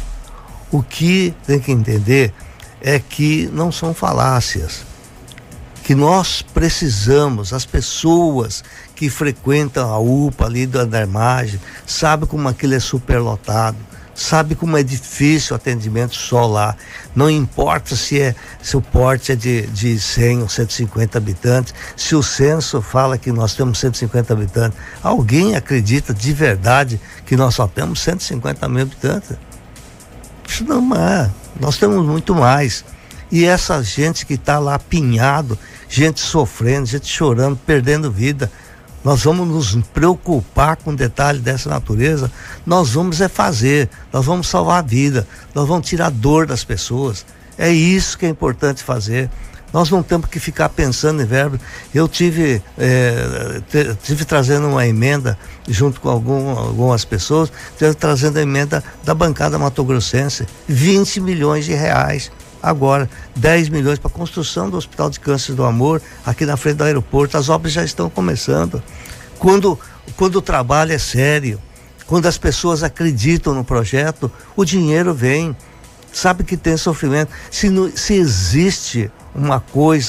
G: É que não são falácias. Que nós precisamos, as pessoas que frequentam a UPA ali da Armagem, sabem como aquilo é superlotado, sabe como é difícil o atendimento só lá. Não importa se o porte é de 100 ou 150 habitantes, se o censo fala que nós temos 150 habitantes, alguém acredita de verdade que nós só temos 150 mil habitantes? Isso não é, nós temos muito mais. E essa gente que está lá apinhado, gente sofrendo, gente chorando, perdendo vida, nós vamos nos preocupar com detalhe dessa natureza, nós vamos fazer, nós vamos salvar a vida, nós vamos tirar a dor das pessoas. É isso que é importante fazer. Nós não temos que ficar pensando em verbo. Eu tive trazendo uma emenda junto com algumas pessoas, trazendo a emenda da bancada matogrossense, 20 milhões de reais. Agora, 10 milhões para a construção do Hospital de Câncer do Amor, aqui na frente do aeroporto. As obras já estão começando. Quando o trabalho é sério, quando as pessoas acreditam no projeto, o dinheiro vem. Sabe que tem sofrimento. Se existe uma coisa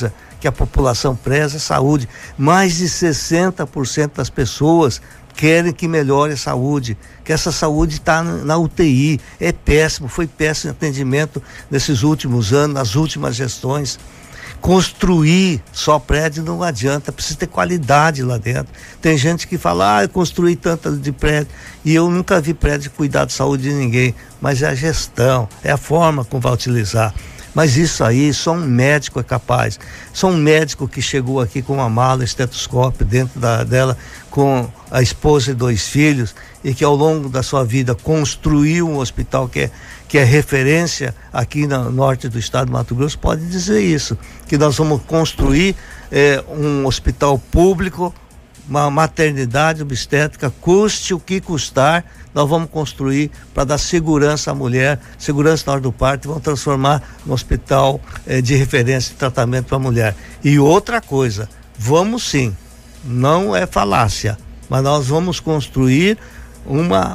G: que a população preza a saúde. Mais de 60% das pessoas querem que melhore a saúde, que essa saúde está na UTI. É péssimo, foi péssimo o atendimento nesses últimos anos, nas últimas gestões. Construir só prédio não adianta, precisa ter qualidade lá dentro. Tem gente que fala, eu construí tanto de prédio, e eu nunca vi prédio cuidar da saúde de ninguém, mas é a gestão, é a forma como vai utilizar. Mas isso aí, só um médico é capaz. Só um médico que chegou aqui com uma mala, estetoscópio dentro dela, com a esposa e 2 filhos, e que ao longo da sua vida construiu um hospital que é referência aqui no norte do estado do Mato Grosso, pode dizer isso, que nós vamos construir um hospital público, uma maternidade obstétrica, custe o que custar, nós vamos construir para dar segurança à mulher, segurança na hora do parto, e vamos transformar no hospital de referência de tratamento para a mulher. E outra coisa, vamos sim, não é falácia, mas nós vamos construir uma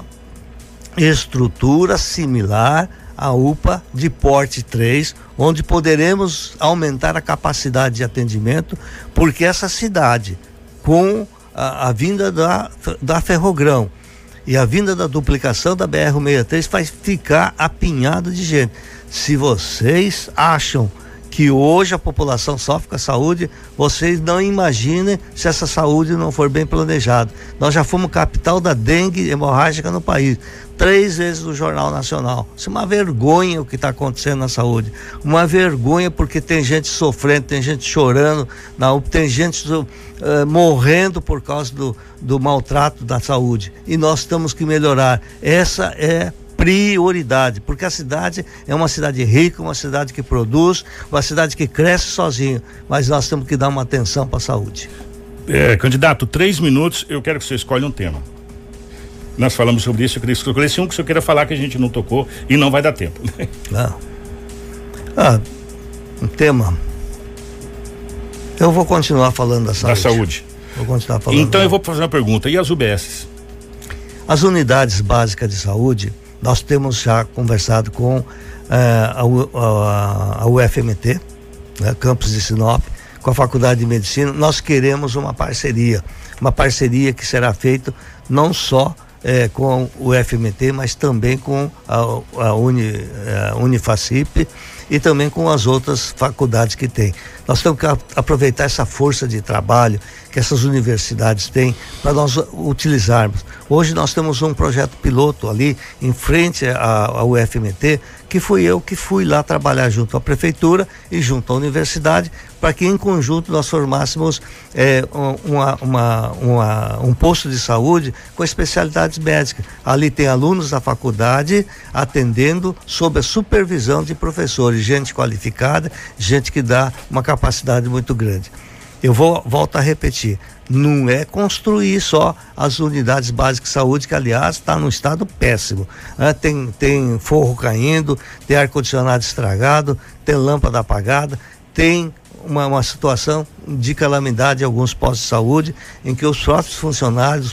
G: estrutura similar à UPA de porte 3, onde poderemos aumentar a capacidade de atendimento, porque essa cidade, com a vinda da Ferrogrão e a vinda da duplicação da BR-163, vai ficar apinhado de gente. Se vocês acham que hoje a população sofre com a saúde, vocês não imaginem se essa saúde não for bem planejada. Nós já fomos capital da dengue hemorrágica no país, 3 vezes no Jornal Nacional. Isso é uma vergonha o que está acontecendo na saúde, uma vergonha, porque tem gente sofrendo, tem gente chorando, tem gente morrendo por causa do maltrato da saúde, e nós temos que melhorar. Essa é prioridade, porque a cidade é uma cidade rica, uma cidade que produz, uma cidade que cresce sozinho, mas nós temos que dar uma atenção para a saúde.
B: Candidato, 3 minutos, eu quero que você escolha um tema. Nós falamos sobre isso, eu queria escolher um que você queira falar que a gente não tocou e não vai dar tempo.
G: Um tema. Eu vou continuar falando da saúde.
B: Da saúde.
G: Vou continuar falando.
B: Então eu vou fazer uma pergunta, e as UBSs?
G: As unidades básicas de saúde, nós temos já conversado com a UFMT, né, campus de Sinop, com a Faculdade de Medicina. Nós queremos uma parceria que será feita não só com o UFMT, mas também com a Unifacip e também com as outras faculdades que tem. Nós temos que aproveitar essa força de trabalho que essas universidades têm para nós utilizarmos. Hoje nós temos um projeto piloto ali em frente à UFMT, que fui eu que fui lá trabalhar junto à prefeitura e junto à universidade, para que em conjunto nós formássemos um posto de saúde com especialidades médicas. Ali tem alunos da faculdade atendendo sob a supervisão de professores, gente qualificada, gente que dá uma capacidade muito grande. Eu volto a repetir, não é construir só as unidades básicas de saúde, que aliás está num estado péssimo, né? Tem forro caindo, tem ar-condicionado estragado, tem lâmpada apagada, tem uma situação de calamidade em alguns postos de saúde, em que os próprios funcionários,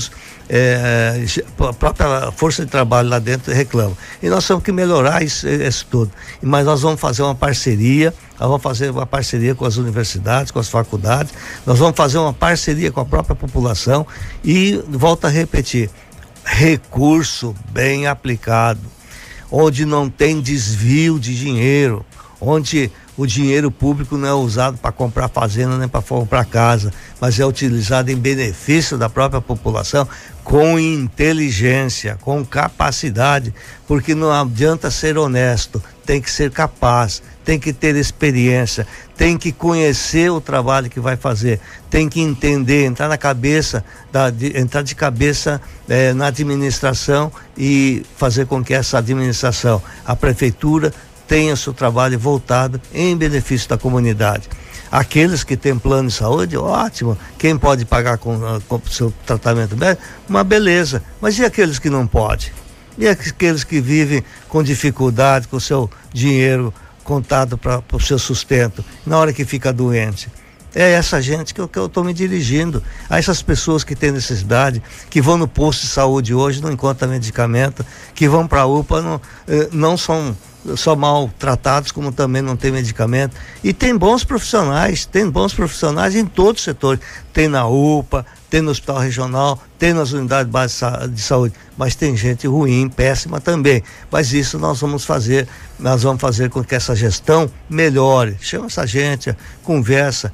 G: a própria força de trabalho lá dentro reclamam. E nós temos que melhorar isso tudo. Mas nós vamos fazer uma parceria, com as universidades, com as faculdades, nós vamos fazer uma parceria com a própria população e, volto a repetir, recurso bem aplicado, onde não tem desvio de dinheiro, onde o dinheiro público não é usado para comprar fazenda nem para comprar casa, mas é utilizado em benefício da própria população, com inteligência, com capacidade, porque não adianta ser honesto, tem que ser capaz, tem que ter experiência, tem que conhecer o trabalho que vai fazer, tem que entender, entrar de cabeça na administração e fazer com que essa administração, a prefeitura, tenha seu trabalho voltado em benefício da comunidade. Aqueles que têm plano de saúde, ótimo. Quem pode pagar com seu tratamento médico, uma beleza. Mas e aqueles que não podem? E aqueles que vivem com dificuldade, com seu dinheiro contado para o seu sustento, na hora que fica doente? É essa gente que eu estou me dirigindo, a essas pessoas que têm necessidade, que vão no posto de saúde hoje, não encontram medicamento, que vão para a UPA, não são só mal tratados, como também não tem medicamento. E tem bons profissionais em todos os setores. Tem na UPA, tem no hospital regional, tem nas unidades básicas de saúde, mas tem gente ruim, péssima também. Mas isso nós vamos fazer com que essa gestão melhore. Chama essa gente, conversa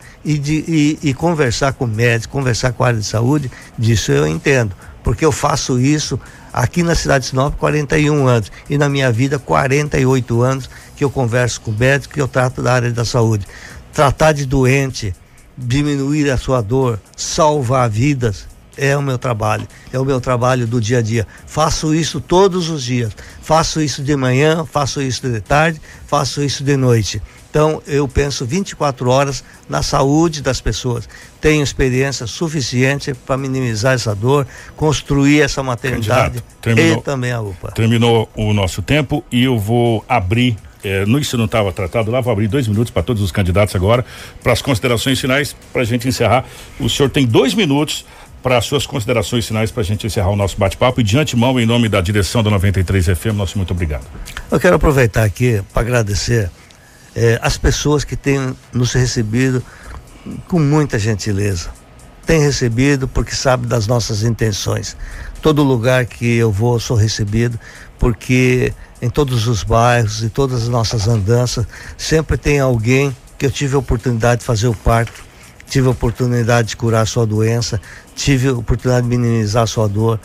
G: e conversar com o médico, conversar com a área de saúde, disso eu entendo, porque eu faço isso aqui na cidade de Sinop 41 anos e na minha vida 48 anos que eu converso com o médico, que eu trato da área da saúde. Tratar de doente, diminuir a sua dor, salvar vidas, é o meu trabalho do dia a dia. Faço isso todos os dias, faço isso de manhã, faço isso de tarde, faço isso de noite. Então eu penso 24 horas na saúde das pessoas. Tenho experiência suficiente para minimizar essa dor, construir essa maternidade e também a UPA.
B: Terminou o nosso tempo e eu vou abrir, isso não estava tratado lá, vou abrir 2 minutos para todos os candidatos agora, para as considerações finais, para a gente encerrar. O senhor tem 2 minutos para as suas considerações finais, para a gente encerrar o nosso bate-papo, e de antemão, em nome da direção da 93 FM, nosso muito obrigado.
G: Eu quero aproveitar aqui para agradecer as pessoas que têm nos recebido com muita gentileza. Tem recebido porque sabe das nossas intenções. Todo lugar que eu vou, sou recebido, porque em todos os bairros e todas as nossas andanças sempre tem alguém que eu tive a oportunidade de fazer o parto, tive a oportunidade de curar a sua doença, tive a oportunidade de minimizar a sua dor,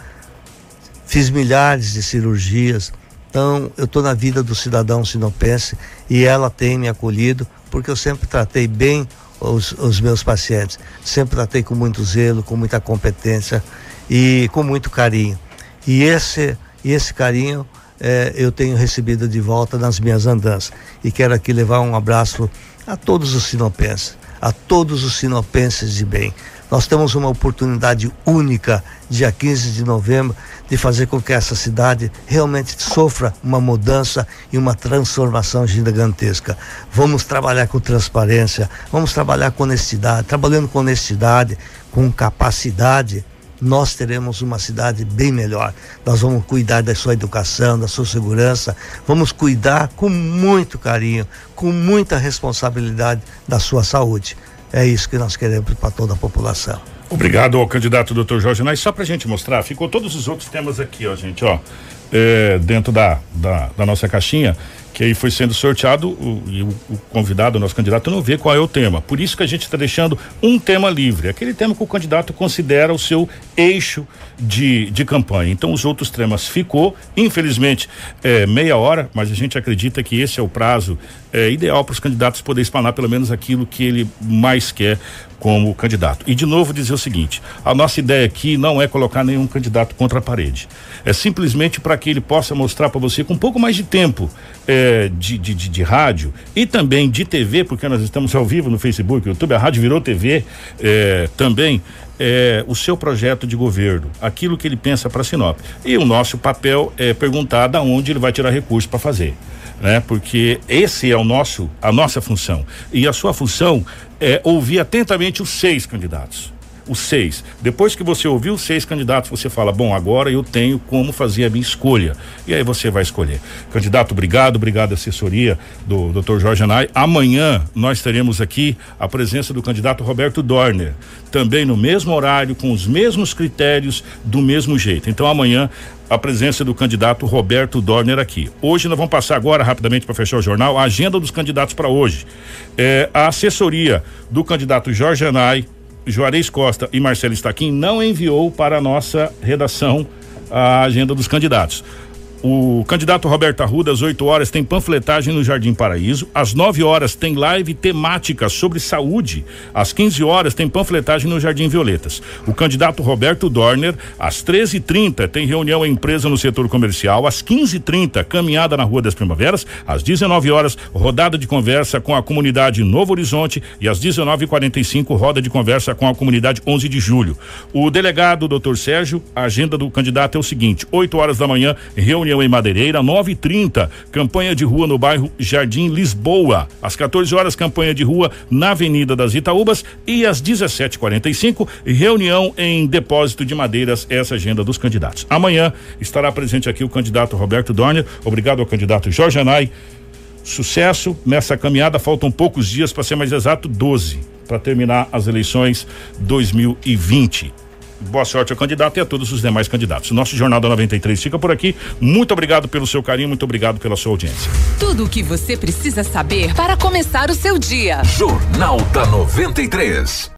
G: fiz milhares de cirurgias. Então eu estou na vida do cidadão sinopense e ela tem me acolhido porque eu sempre tratei bem os meus pacientes, sempre tratei com muito zelo, com muita competência e com muito carinho. E esse carinho eu tenho recebido de volta nas minhas andanças. E quero aqui levar um abraço a todos os sinopenses, de bem. Nós temos uma oportunidade única, dia 15 de novembro, de fazer com que essa cidade realmente sofra uma mudança e uma transformação gigantesca. Vamos trabalhar com transparência, vamos trabalhar com honestidade. Trabalhando com honestidade, com capacidade, nós teremos uma cidade bem melhor. Nós vamos cuidar da sua educação, da sua segurança, vamos cuidar com muito carinho, com muita responsabilidade da sua saúde. É isso que nós queremos para toda a população.
B: Obrigado ao candidato Dr. Jorge Nai. Só pra gente mostrar, ficou todos os outros temas aqui, ó, gente, ó, dentro da nossa caixinha, que aí foi sendo sorteado e o convidado, o nosso candidato, não vê qual é o tema. Por isso que a gente está deixando um tema livre, aquele tema que o candidato considera o seu eixo de campanha. Então os outros temas ficou, infelizmente, meia hora, mas a gente acredita que esse é o prazo ideal para os candidatos poderem explanar pelo menos aquilo que ele mais quer como candidato. E de novo dizer o seguinte: a nossa ideia aqui não é colocar nenhum candidato contra a parede, é simplesmente para que ele possa mostrar para você com um pouco mais de tempo de rádio e também de TV, porque nós estamos ao vivo no Facebook, YouTube, a rádio virou TV também, o seu projeto de governo, aquilo que ele pensa para Sinop. E o nosso papel é perguntar da onde ele vai tirar recursos para fazer, né? Porque esse é a nossa função. E a sua função é ouvir atentamente os 6 candidatos. Os 6. Depois que você ouviu os 6 candidatos, você fala: bom, agora eu tenho como fazer a minha escolha. E aí você vai escolher. Candidato, obrigado à assessoria do Dr. Jorge Nai. Amanhã nós teremos aqui a presença do candidato Roberto Dorner, também no mesmo horário, com os mesmos critérios, do mesmo jeito. Então amanhã a presença do candidato Roberto Dorner aqui. Hoje nós vamos passar agora rapidamente para fechar o jornal a agenda dos candidatos para hoje. A assessoria do candidato Jorge Nai, Juarez Costa e Marcelo Staquim não enviou para a nossa redação a agenda dos candidatos. O candidato Roberto Arruda, às 8 horas, tem panfletagem no Jardim Paraíso. Às 9 horas, tem live temática sobre saúde. Às 15 horas, tem panfletagem no Jardim Violetas. O candidato Roberto Dorner, às 13h30, tem reunião em empresa no setor comercial. Às 15h30, caminhada na Rua das Primaveras. Às 19 horas, rodada de conversa com a comunidade Novo Horizonte. E às 19h45, roda de conversa com a comunidade 11 de Julho. O delegado, Dr. Sérgio, a agenda do candidato é o seguinte: 8 horas da manhã, reunião reunião em Madeireira, 9h30, campanha de rua no bairro Jardim Lisboa. Às 14 horas, campanha de rua na Avenida das Itaúbas e às 17h45, reunião em Depósito de Madeiras, essa agenda dos candidatos. Amanhã estará presente aqui o candidato Roberto Dorner. Obrigado ao candidato Jorge Anay. Sucesso nessa caminhada, faltam poucos dias, para ser mais exato, 12, para terminar as eleições 2020. Boa sorte ao candidato e a todos os demais candidatos. Nosso Jornal da 93 fica por aqui. Muito obrigado pelo seu carinho, muito obrigado pela sua audiência.
E: Tudo o que você precisa saber para começar o seu dia.
A: Jornal da 93.